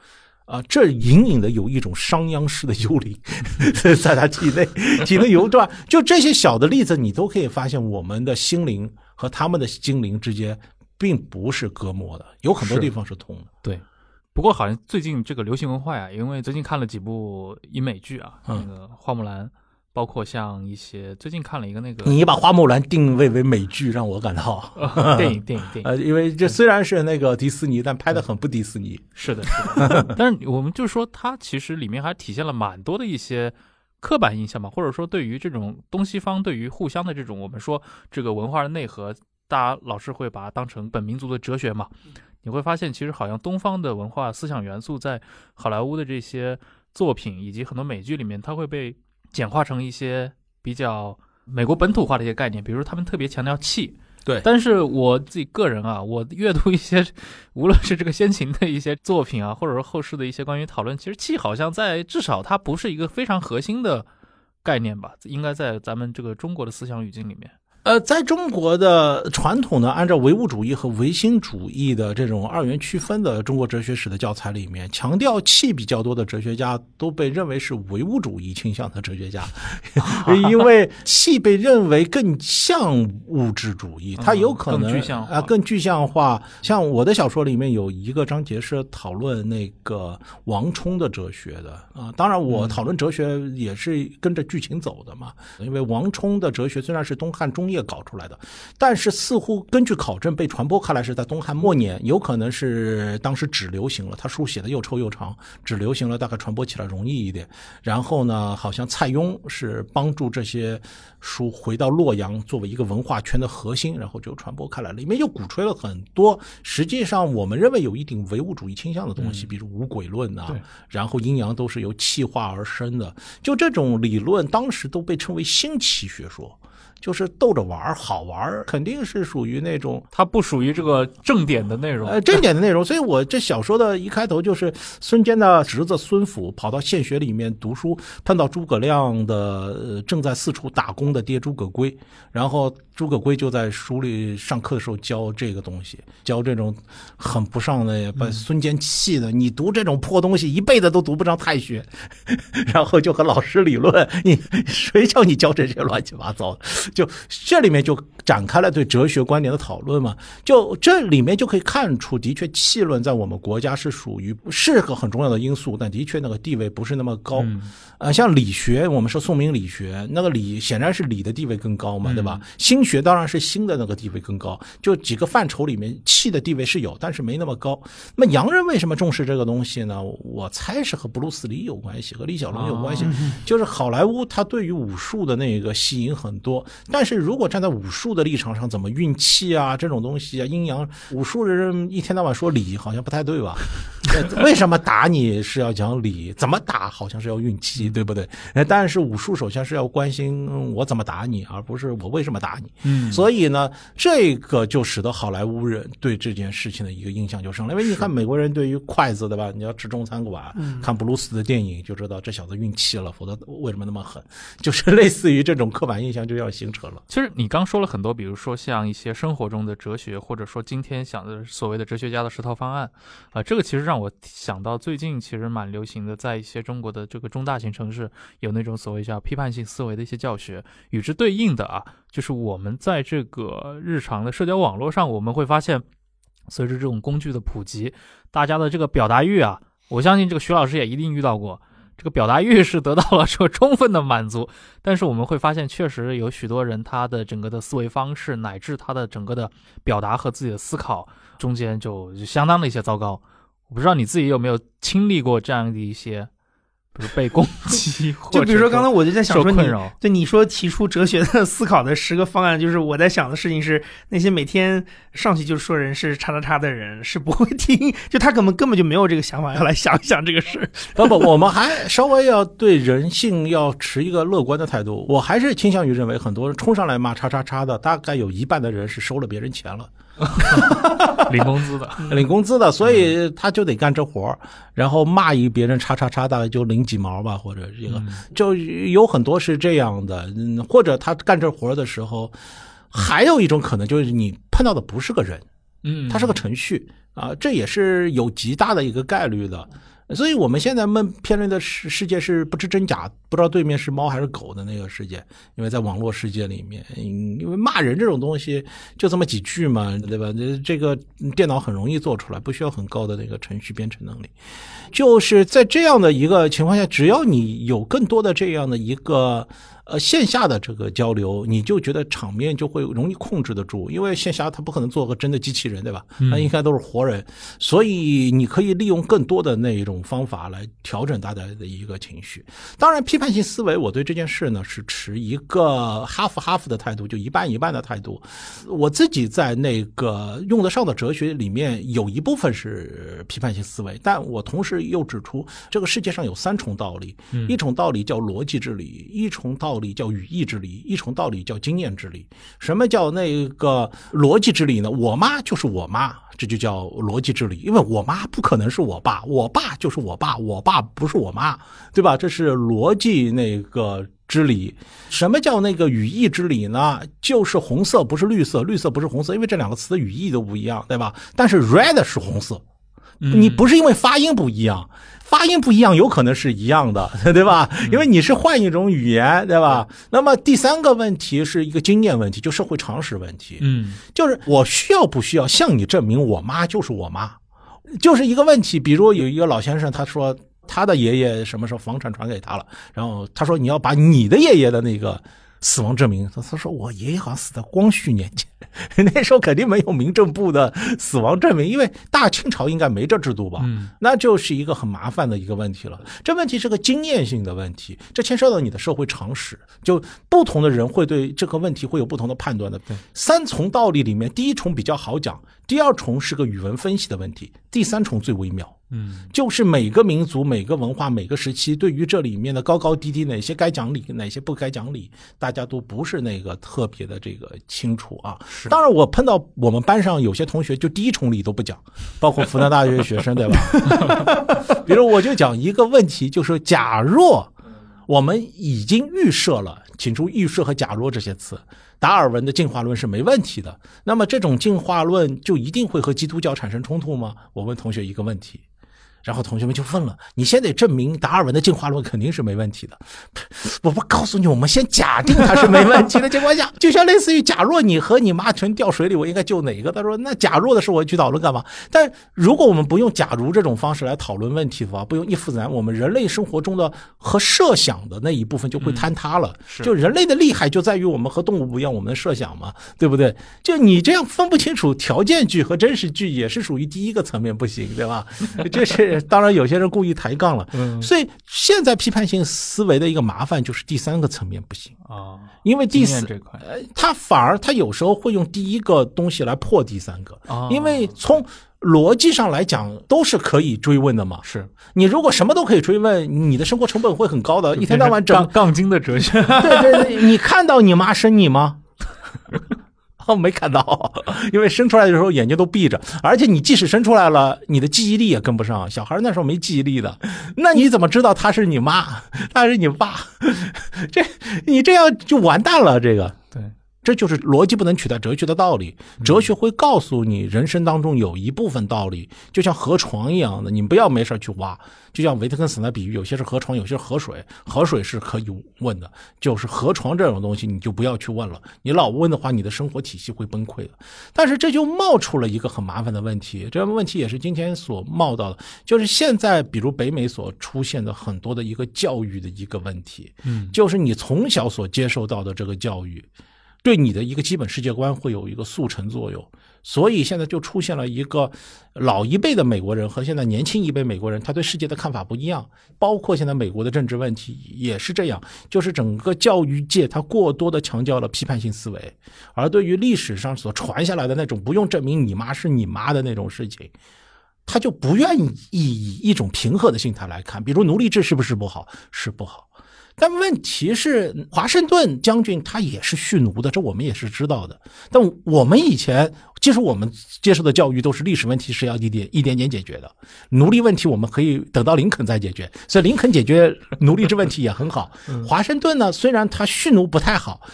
这隐隐的有一种商鞅式的幽灵在他体内游转。就这些小的例子，你都可以发现我们的心灵和他们的心灵之间并不是隔膜的，有很多地方是通的。 对。不过好像最近这个流行文化呀，因为最近看了几部英美剧啊，那个花木兰，包括像一些最近看了一个那个， 你把花木兰定位为美剧，让我感到电影， 因为这虽然是那个迪士尼，但拍得很不迪士尼。 是的。但是我们就说它其实里面还体现了蛮多的一些刻板印象吧，或者说对于这种东西方对于互相的这种我们说这个文化的内核，大家老是会把它当成本民族的哲学嘛。你会发现其实好像东方的文化思想元素在好莱坞的这些作品以及很多美剧里面，它会被简化成一些比较美国本土化的一些概念，比如他们特别强调气。 对， 但是我自己个人啊，我阅读一些无论是这个先秦的一些作品啊，或者是后世的一些关于讨论，其实气好像在至少它不是一个非常核心的概念吧，应该在咱们这个中国的思想语境里面。 在中国的传统的按照唯物主义和唯心主义的这种二元区分的中国哲学史的教材里面，强调气比较多的哲学家都被认为是唯物主义倾向的哲学家，因为气被认为更像物质主义，它有可能更具象化。像我的小说里面有一个章节是讨论那个王充的哲学的当然我讨论哲学也是跟着剧情走的嘛，因为王充的哲学虽然是东汉中叶搞出来的，但是似乎根据考证被传播开来是在东汉末年，有可能是当时纸流行了，他书写的又臭又长，纸流行了，大概传播起来容易一点。然后呢，好像蔡邕是帮助这些书回到洛阳作为一个文化圈的核心，然后就传播开来了，里面就鼓吹了很多实际上我们认为有一定唯物主义倾向的东西，比如无鬼论啊，然后阴阳都是由气化而生的，就这种理论当时都被称为新奇学说，就是逗着玩好玩，肯定是属于那种它不属于这个正典的内容正典的内容。所以我这小说的一开头就是孙坚的侄子孙府跑到县学里面读书，碰到诸葛亮的正在四处打工的爹诸葛圭，然后诸葛圭就在书里上课的时候教这个东西，教这种很不上的，把孙坚气的，你读这种破东西一辈子都读不上太学，然后就和老师理论，你谁叫你教这些乱七八糟的，就这里面就展开了对哲学观点的讨论嘛。就这里面就可以看出，的确气论在我们国家是属于是个很重要的因素，但的确那个地位不是那么高。像理学，我们说宋明理学，那个理显然是理的地位更高嘛，对吧？心学当然是心的那个地位更高，就几个范畴里面气的地位是有，但是没那么高。那么洋人为什么重视这个东西呢？我猜是和布鲁斯李有关系，和李小龙有关系。就是好莱坞它对于武术的那个吸引很多，但是如果站在武术的立场上，怎么运气啊这种东西啊，阴阳，武术的人一天到晚说理好像不太对吧？为什么打你是要讲理，怎么打好像是要运气，对不对？但是武术首先是要关心我怎么打你，而不是我为什么打你。所以呢，这个就使得好莱坞人对这件事情的一个印象就生了。因为你看美国人对于筷子，对吧？你要吃中餐馆，看布鲁斯的电影就知道这小子运气了，否则为什么那么狠？就是类似于这种刻板印象就要形成了。 其实你刚说了很多，比如说像一些生活中的哲学，或者说今天想的所谓的哲学家的10套方案这个其实让我想到最近其实蛮流行的，在一些中国的这个中大型城市有那种所谓叫批判性思维的一些教学。与之对应的就是我们在这个日常的社交网络上，我们会发现随着这种工具的普及，大家的这个表达欲我相信这个徐老师也一定遇到过，这个表达欲是得到了这个充分的满足，但是我们会发现确实有许多人他的整个的思维方式乃至他的整个的表达和自己的思考中间就相当的一些糟糕。我不知道你自己有没有经历过这样的一些比如被攻击就比如说刚才我就在想说你说提出哲学的思考的10个方案，就是我在想的事情是那些每天上去就说人是叉叉叉的人是不会听，就他根本就没有这个想法要来想一想这个事。 不，我们还稍微要对人性要持一个乐观的态度。我还是倾向于认为很多人冲上来骂叉叉叉的，大概有一半的人是收了别人钱了领工资的，所以他就得干这活，然后骂一别人叉叉叉大概就领几毛吧，或者这个就有很多是这样的。或者他干这活的时候还有一种可能就是你碰到的不是个人，他是个程序这也是有极大的一个概率的。 所以我们现在辩论的世界是不知真假，不知道对面是猫还是狗的那个世界。因为在网络世界里面，因为骂人这种东西就这么几句嘛，对吧？这个电脑很容易做出来，不需要很高的那个程序编程能力。就是在这样的一个情况下，只要你有更多的这样的一个线下的这个交流，你就觉得场面就会容易控制得住，因为线下它不可能做个真的机器人，对吧？那应该都是活人，所以你可以利用更多的那种方法来调整大家的一个情绪。当然批判性思维我对这件事呢是持一个half 的态度，就一半一半的态度。我自己在那个用得上的哲学里面有一部分是批判性思维，但我同时又指出这个世界上有3重道理，一种道理叫逻辑之理，一重道理叫语义之理，一重道理叫经验之理。什么叫那个逻辑之理呢？我妈就是我妈，这就叫逻辑之理，因为我妈不可能是我爸，我爸就是我爸，我爸不是我妈，对吧？这是逻辑那个之理。什么叫那个语义之理呢？就是红色不是绿色，绿色不是红色，因为这两个词的语义都不一样，对吧？但是 red 是红色，你不是因为发音不一样，发音不一样有可能是一样的，对吧？因为你是换一种语言，对吧？那么第3个问题是一个经验问题，就社会常识问题。就是我需要不需要向你证明我妈就是我妈，就是一个问题。比如有一个老先生，他说他的爷爷什么时候房产传给他了，然后他说你要把你的爷爷的那个死亡证明，他说我爷爷好像死在光绪年间，那时候肯定没有民政部的死亡证明，因为大清朝应该没这制度吧，那就是一个很麻烦的一个问题了。这问题是个经验性的问题，这牵涉到你的社会常识，就不同的人会对这个问题会有不同的判断的。3重道理里面，第1重比较好讲，第2重是个语文分析的问题，第3重最微妙。就是每个民族、每个文化、每个时期对于这里面的高高低低，哪些该讲理，哪些不该讲理，大家都不是那个特别的这个清楚啊。当然我碰到我们班上有些同学就第1重理都不讲，包括复旦大学学生，对吧？比如我就讲一个问题，就是假若我们已经预设了，请注意预设和假若这些词，达尔文的进化论是没问题的，那么这种进化论就一定会和基督教产生冲突吗？我问同学一个问题，然后同学们就问了，你先得证明达尔文的进化论肯定是没问题的。我不告诉你，我们先假定它是没问题的情况下，就像类似于假若你和你妈全掉水里，我应该救哪个？他说那假若的事我去讨论干嘛？但如果我们不用假如这种方式来讨论问题的话，不用if then，我们人类生活中的和设想的那一部分就会坍塌了。就人类的厉害就在于我们和动物不一样，我们的设想嘛，对不对？就你这样分不清楚条件句和真实句，也是属于第1个层面不行，对吧？这是当然有些人故意抬杠了。所以现在批判性思维的一个麻烦就是第3个层面不行啊，因为第4他反而他有时候会用第1个东西来破第3个，因为从逻辑上来讲都是可以追问的嘛。是你如果什么都可以追问，你的生活成本会很高的，一天到晚杠精的哲学。 对，你看到你妈生你吗？没看到，因为生出来的时候眼睛都闭着，而且你即使生出来了，你的记忆力也跟不上，小孩那时候没记忆力的，那你怎么知道他是你妈，他是你爸？你这样就完蛋了。这个对，这就是逻辑不能取代哲学的道理。哲学会告诉你人生当中有一部分道理就像河床一样的，你不要没事去挖。就像维特根斯坦比喻，有些是河床，有些是河水，河水是可以问的，就是河床这种东西你就不要去问了，你老问的话你的生活体系会崩溃的。但是这就冒出了一个很麻烦的问题，这个问题也是今天所冒到的，就是现在比如北美所出现的很多的一个教育的一个问题，就是你从小所接受到的这个教育对你的一个基本世界观会有一个速成作用。所以现在就出现了一个老一辈的美国人和现在年轻一辈美国人，他对世界的看法不一样，包括现在美国的政治问题也是这样，就是整个教育界他过多的强调了批判性思维，而对于历史上所传下来的那种不用证明你妈是你妈的那种事情，他就不愿意以一种平和的心态来看。比如奴隶制是不是不好？是不好。但问题是华盛顿将军他也是蓄奴的，这我们也是知道的。但我们以前其实我们接受的教育都是历史问题是要一点点解决的，奴隶问题我们可以等到林肯再解决，所以林肯解决奴隶制问题也很好。华盛顿呢，虽然他蓄奴不太好，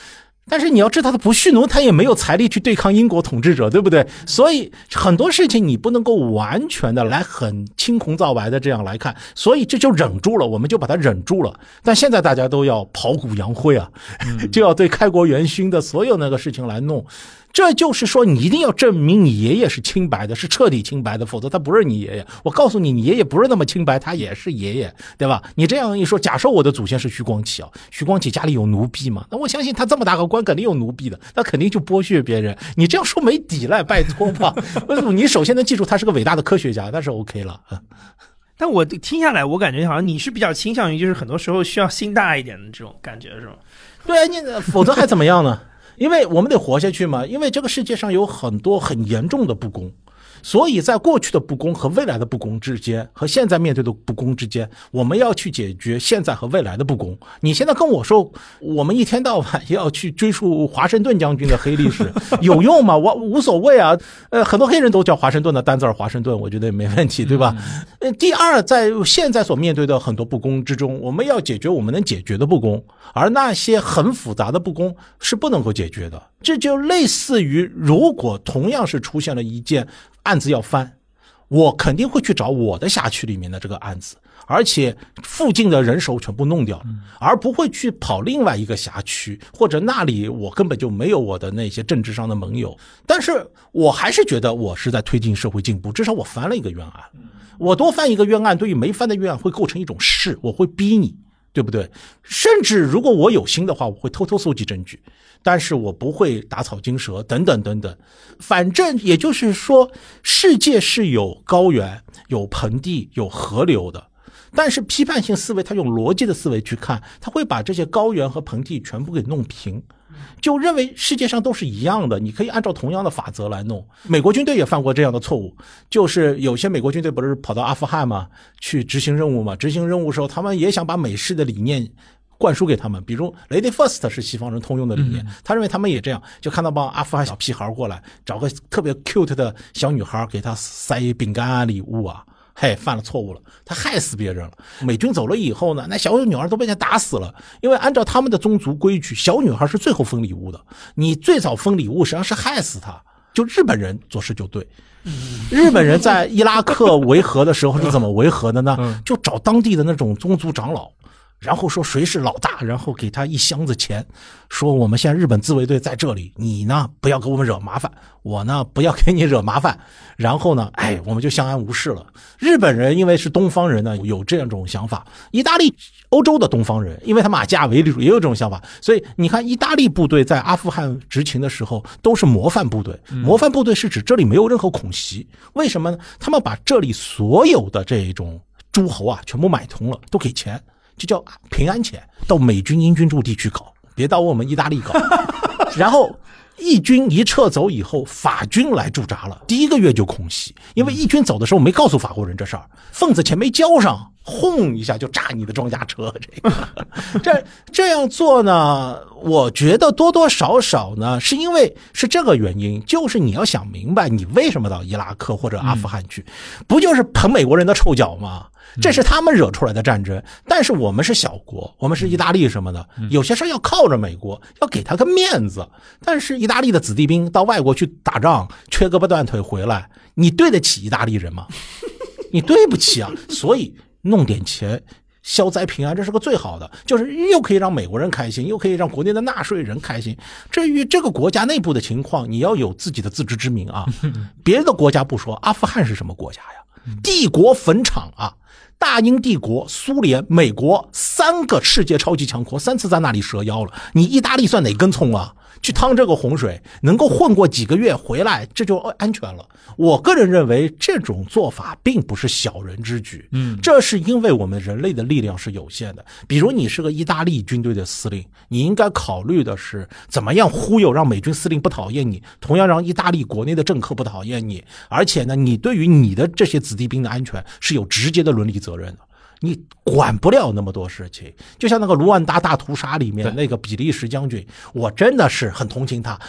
但是你要知道他不蓄奴，他也没有财力去对抗英国统治者，对不对？所以很多事情你不能够完全的来很青红皂白的这样来看，所以这就忍住了，我们就把它忍住了。但现在大家都要刨骨扬灰啊，就要对开国元勋的所有那个事情来弄。这就是说你一定要证明你爷爷是清白的，是彻底清白的，否则他不是你爷爷。我告诉你，你爷爷不是那么清白，他也是爷爷，对吧？你这样一说，假设我的祖先是徐光启啊，徐光启家里有奴婢嘛，那我相信他这么大个官肯定有奴婢的，那肯定就剥削别人。你这样说没底了，拜托吧。你首先能记住他是个伟大的科学家，那是 OK 了。 但我听下来，我感觉好像你是比较倾向于就是很多时候需要心大一点的这种感觉，是吗？ 对啊，你否则还怎么样呢？因为我们得活下去嘛，因为这个世界上有很多很严重的不公，所以在过去的不公和未来的不公之间，和现在面对的不公之间，我们要去解决现在和未来的不公。你现在跟我说我们一天到晚要去追溯华盛顿将军的黑历史，有用吗？我无所谓啊。很多黑人都叫华盛顿的单字华盛顿，我觉得也没问题，对吧？第二，在现在所面对的很多不公之中，我们要解决我们能解决的不公，而那些很复杂的不公是不能够解决的。这就类似于如果同样是出现了一件案子要翻，我肯定会去找我的辖区里面的这个案子，而且附近的人手全部弄掉，而不会去跑另外一个辖区，或者那里我根本就没有我的那些政治上的盟友。但是我还是觉得我是在推进社会进步，至少我翻了一个冤案。我多翻一个冤案，对于没翻的冤案会构成一种事，我会逼你，对不对？甚至如果我有心的话，我会偷偷搜集证据，但是我不会打草惊蛇等等等等。反正也就是说，世界是有高原、有盆地、有河流的，但是批判性思维它用逻辑的思维去看，它会把这些高原和盆地全部给弄平，就认为世界上都是一样的，你可以按照同样的法则来弄。美国军队也犯过这样的错误，就是有些美国军队不是跑到阿富汗嘛，去执行任务嘛，执行任务的时候他们也想把美式的理念灌输给他们，比如 Lady First 是西方人通用的理念，他认为他们也这样，就看到帮阿富汗小屁孩过来，找个特别 cute 的小女孩给他塞饼干啊礼物啊，嘿，犯了错误了，他害死别人了。美军走了以后呢，那小女孩都被他打死了，因为按照他们的宗族规矩，小女孩是最后分礼物的，你最早分礼物实际上是害死她。就日本人做事就对，日本人在伊拉克维和的时候是怎么维和的呢？就找当地的那种宗族长老，然后说谁是老大，然后给他一箱子钱，说我们现在日本自卫队在这里，你呢不要给我们惹麻烦，我呢不要给你惹麻烦，然后呢我们就相安无事了。日本人因为是东方人呢，有这样一种想法，意大利欧洲的东方人因为他马基雅维利也有这种想法，所以你看意大利部队在阿富汗执勤的时候都是模范部队，模范部队是指这里没有任何恐袭，为什么呢？他们把这里所有的这种诸侯啊全部买通了，都给钱，就叫平安钱，到美军英军驻地去搞，别到我们意大利搞。然后义军一撤走以后，法军来驻扎了，第一个月就空袭，因为义军走的时候没告诉法国人这事儿，份子钱没交上，轰一下就炸你的装甲车。这样做呢，我觉得多多少少呢，是因为是这个原因，就是你要想明白你为什么到伊拉克或者阿富汗去，不就是捧美国人的臭脚吗？这是他们惹出来的战争，但是我们是小国，我们是意大利什么的，有些事要靠着美国，要给他个面子。但是意大利的子弟兵到外国去打仗，缺胳膊断腿回来，你对得起意大利人吗？你对不起啊！所以弄点钱消灾平安，这是个最好的，就是又可以让美国人开心，又可以让国内的纳税人开心。至于这个国家内部的情况，你要有自己的自知之明啊。别的国家不说，阿富汗是什么国家呀？帝国坟场啊！大英帝国、苏联、美国3个世界超级强国3次在那里折腰了，你意大利算哪根葱啊？去趟这个洪水，能够混过几个月回来，这就安全了。我个人认为这种做法并不是小人之举，这是因为我们人类的力量是有限的。比如你是个意大利军队的司令，你应该考虑的是怎么样忽悠让美军司令不讨厌你，同样让意大利国内的政客不讨厌你，而且呢，你对于你的这些子弟兵的安全是有直接的伦理责任的。你管不了那么多事情，就像那个卢旺达大屠杀里面那个比利时将军，我真的是很同情他。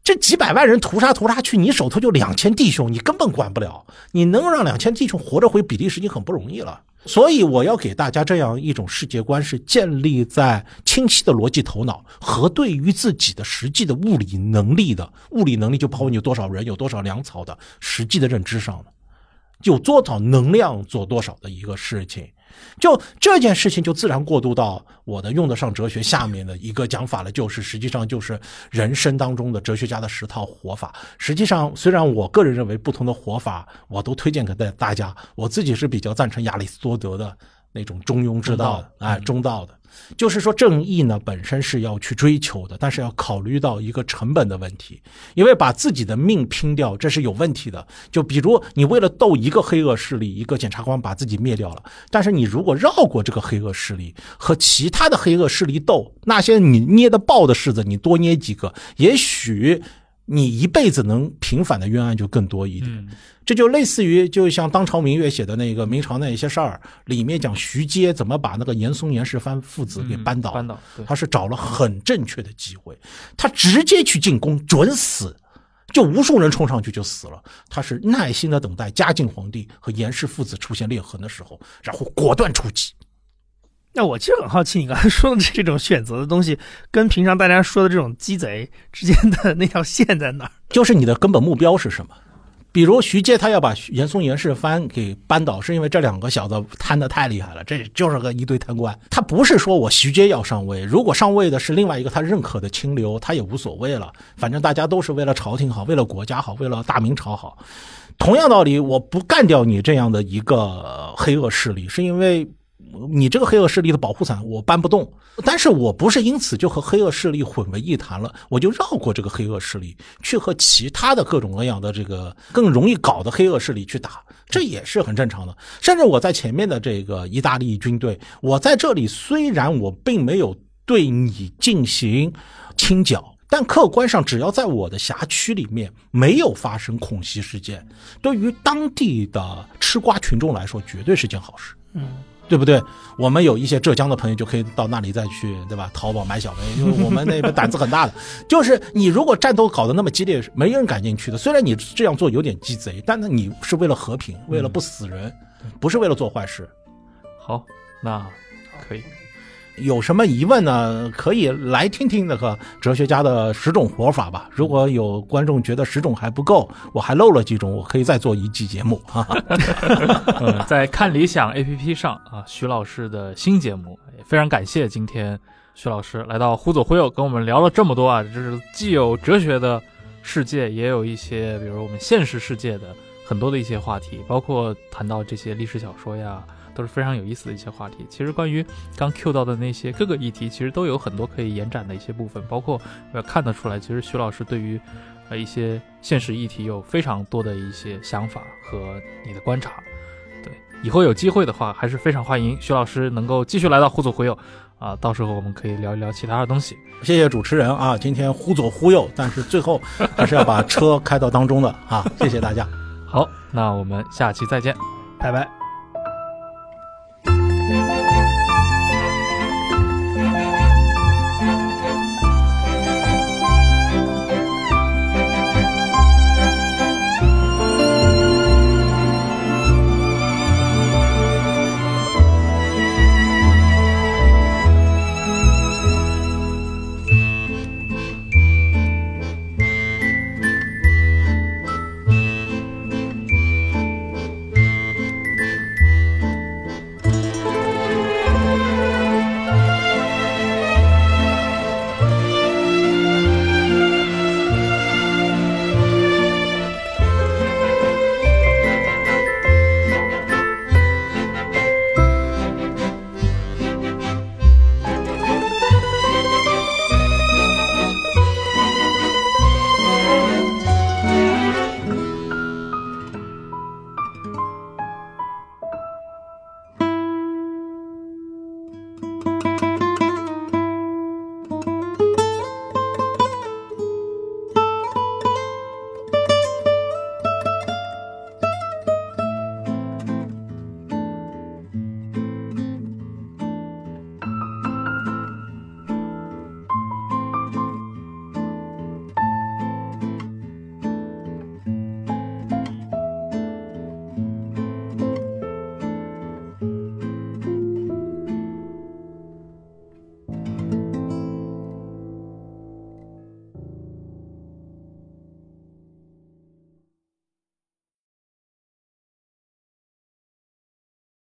这几百万人屠杀去，你手头就2000弟兄，你根本管不了。你能让2000弟兄活着回比利时已经很不容易了。所以我要给大家这样一种世界观，是建立在清晰的逻辑头脑和对于自己的实际的物理能力的，物理能力就包括你有多少人，有多少粮草的实际的认知上的，有多少能量做多少的一个事情。就这件事情就自然过渡到我的用得上哲学下面的一个讲法了，就是实际上就是人生当中的哲学家的10套活法。实际上虽然我个人认为不同的活法我都推荐给大家，我自己是比较赞成亚里士多德的那种中庸之道的，中道的。就是说正义呢本身是要去追求的，但是要考虑到一个成本的问题，因为把自己的命拼掉这是有问题的。就比如你为了斗一个黑恶势力，一个检察官把自己灭掉了，但是你如果绕过这个黑恶势力和其他的黑恶势力斗，那些你捏得爆的柿子你多捏几个，也许你一辈子能平反的冤案就更多一点。这就类似于就像当朝明月写的那个明朝那些事儿里面讲徐阶怎么把那个严嵩严世蕃父子给扳倒，他是找了很正确的机会，他直接去进攻准死，就无数人冲上去就死了，他是耐心的等待嘉靖皇帝和严氏父子出现裂痕的时候，然后果断出击。 那我其实很好奇，你刚才说的这种选择的东西跟平常大家说的这种鸡贼之间的那条线在哪儿？ 就是你的根本目标是什么。比如徐阶他要把严嵩严世蕃给扳倒，是因为这2个小子贪得太厉害了，这就是个一堆贪官。他不是说我徐阶要上位，如果上位的是另外一个他认可的清流，他也无所谓了，反正大家都是为了朝廷好，为了国家好，为了大明朝好。同样道理，我不干掉你这样的一个黑恶势力，是因为你这个黑恶势力的保护伞我搬不动，但是我不是因此就和黑恶势力混为一谈了，我就绕过这个黑恶势力去和其他的各种各样的这个更容易搞的黑恶势力去打，这也是很正常的。甚至我在前面的这个意大利军队，我在这里虽然我并没有对你进行清剿，但客观上只要在我的辖区里面没有发生恐袭事件，对于当地的吃瓜群众来说绝对是件好事。对不对？我们有一些浙江的朋友就可以到那里再去，对吧？淘宝买小梅，因为我们那边胆子很大的。就是你如果战斗搞得那么激烈，没人敢进去的。虽然你这样做有点鸡贼，但是你是为了和平，为了不死人，不是为了做坏事。 好，那可以。 有什么疑问呢？可以来听听那个哲学家的10种活法吧。如果有观众觉得10种还不够，我还漏了几种，我可以再做一期节目啊。 在看理想 APP 上啊，徐老师的新节目，也非常感谢今天徐老师来到忽左忽右跟我们聊了这么多啊，就是既有哲学的世界，也有一些比如我们现实世界的很多的一些话题，包括谈到这些历史小说呀，都是非常有意思的一些话题。其实关于刚 Q 到的那些各个议题，其实都有很多可以延展的一些部分，包括看得出来，其实徐老师对于一些现实议题有非常多的一些想法和你的观察。对，以后有机会的话，还是非常欢迎徐老师能够继续来到忽左忽右啊，到时候我们可以聊一聊其他的东西。 谢谢主持人啊，今天忽左忽右，但是最后还是要把车开到当中的啊，谢谢大家。 好，那我们下期再见， 拜拜。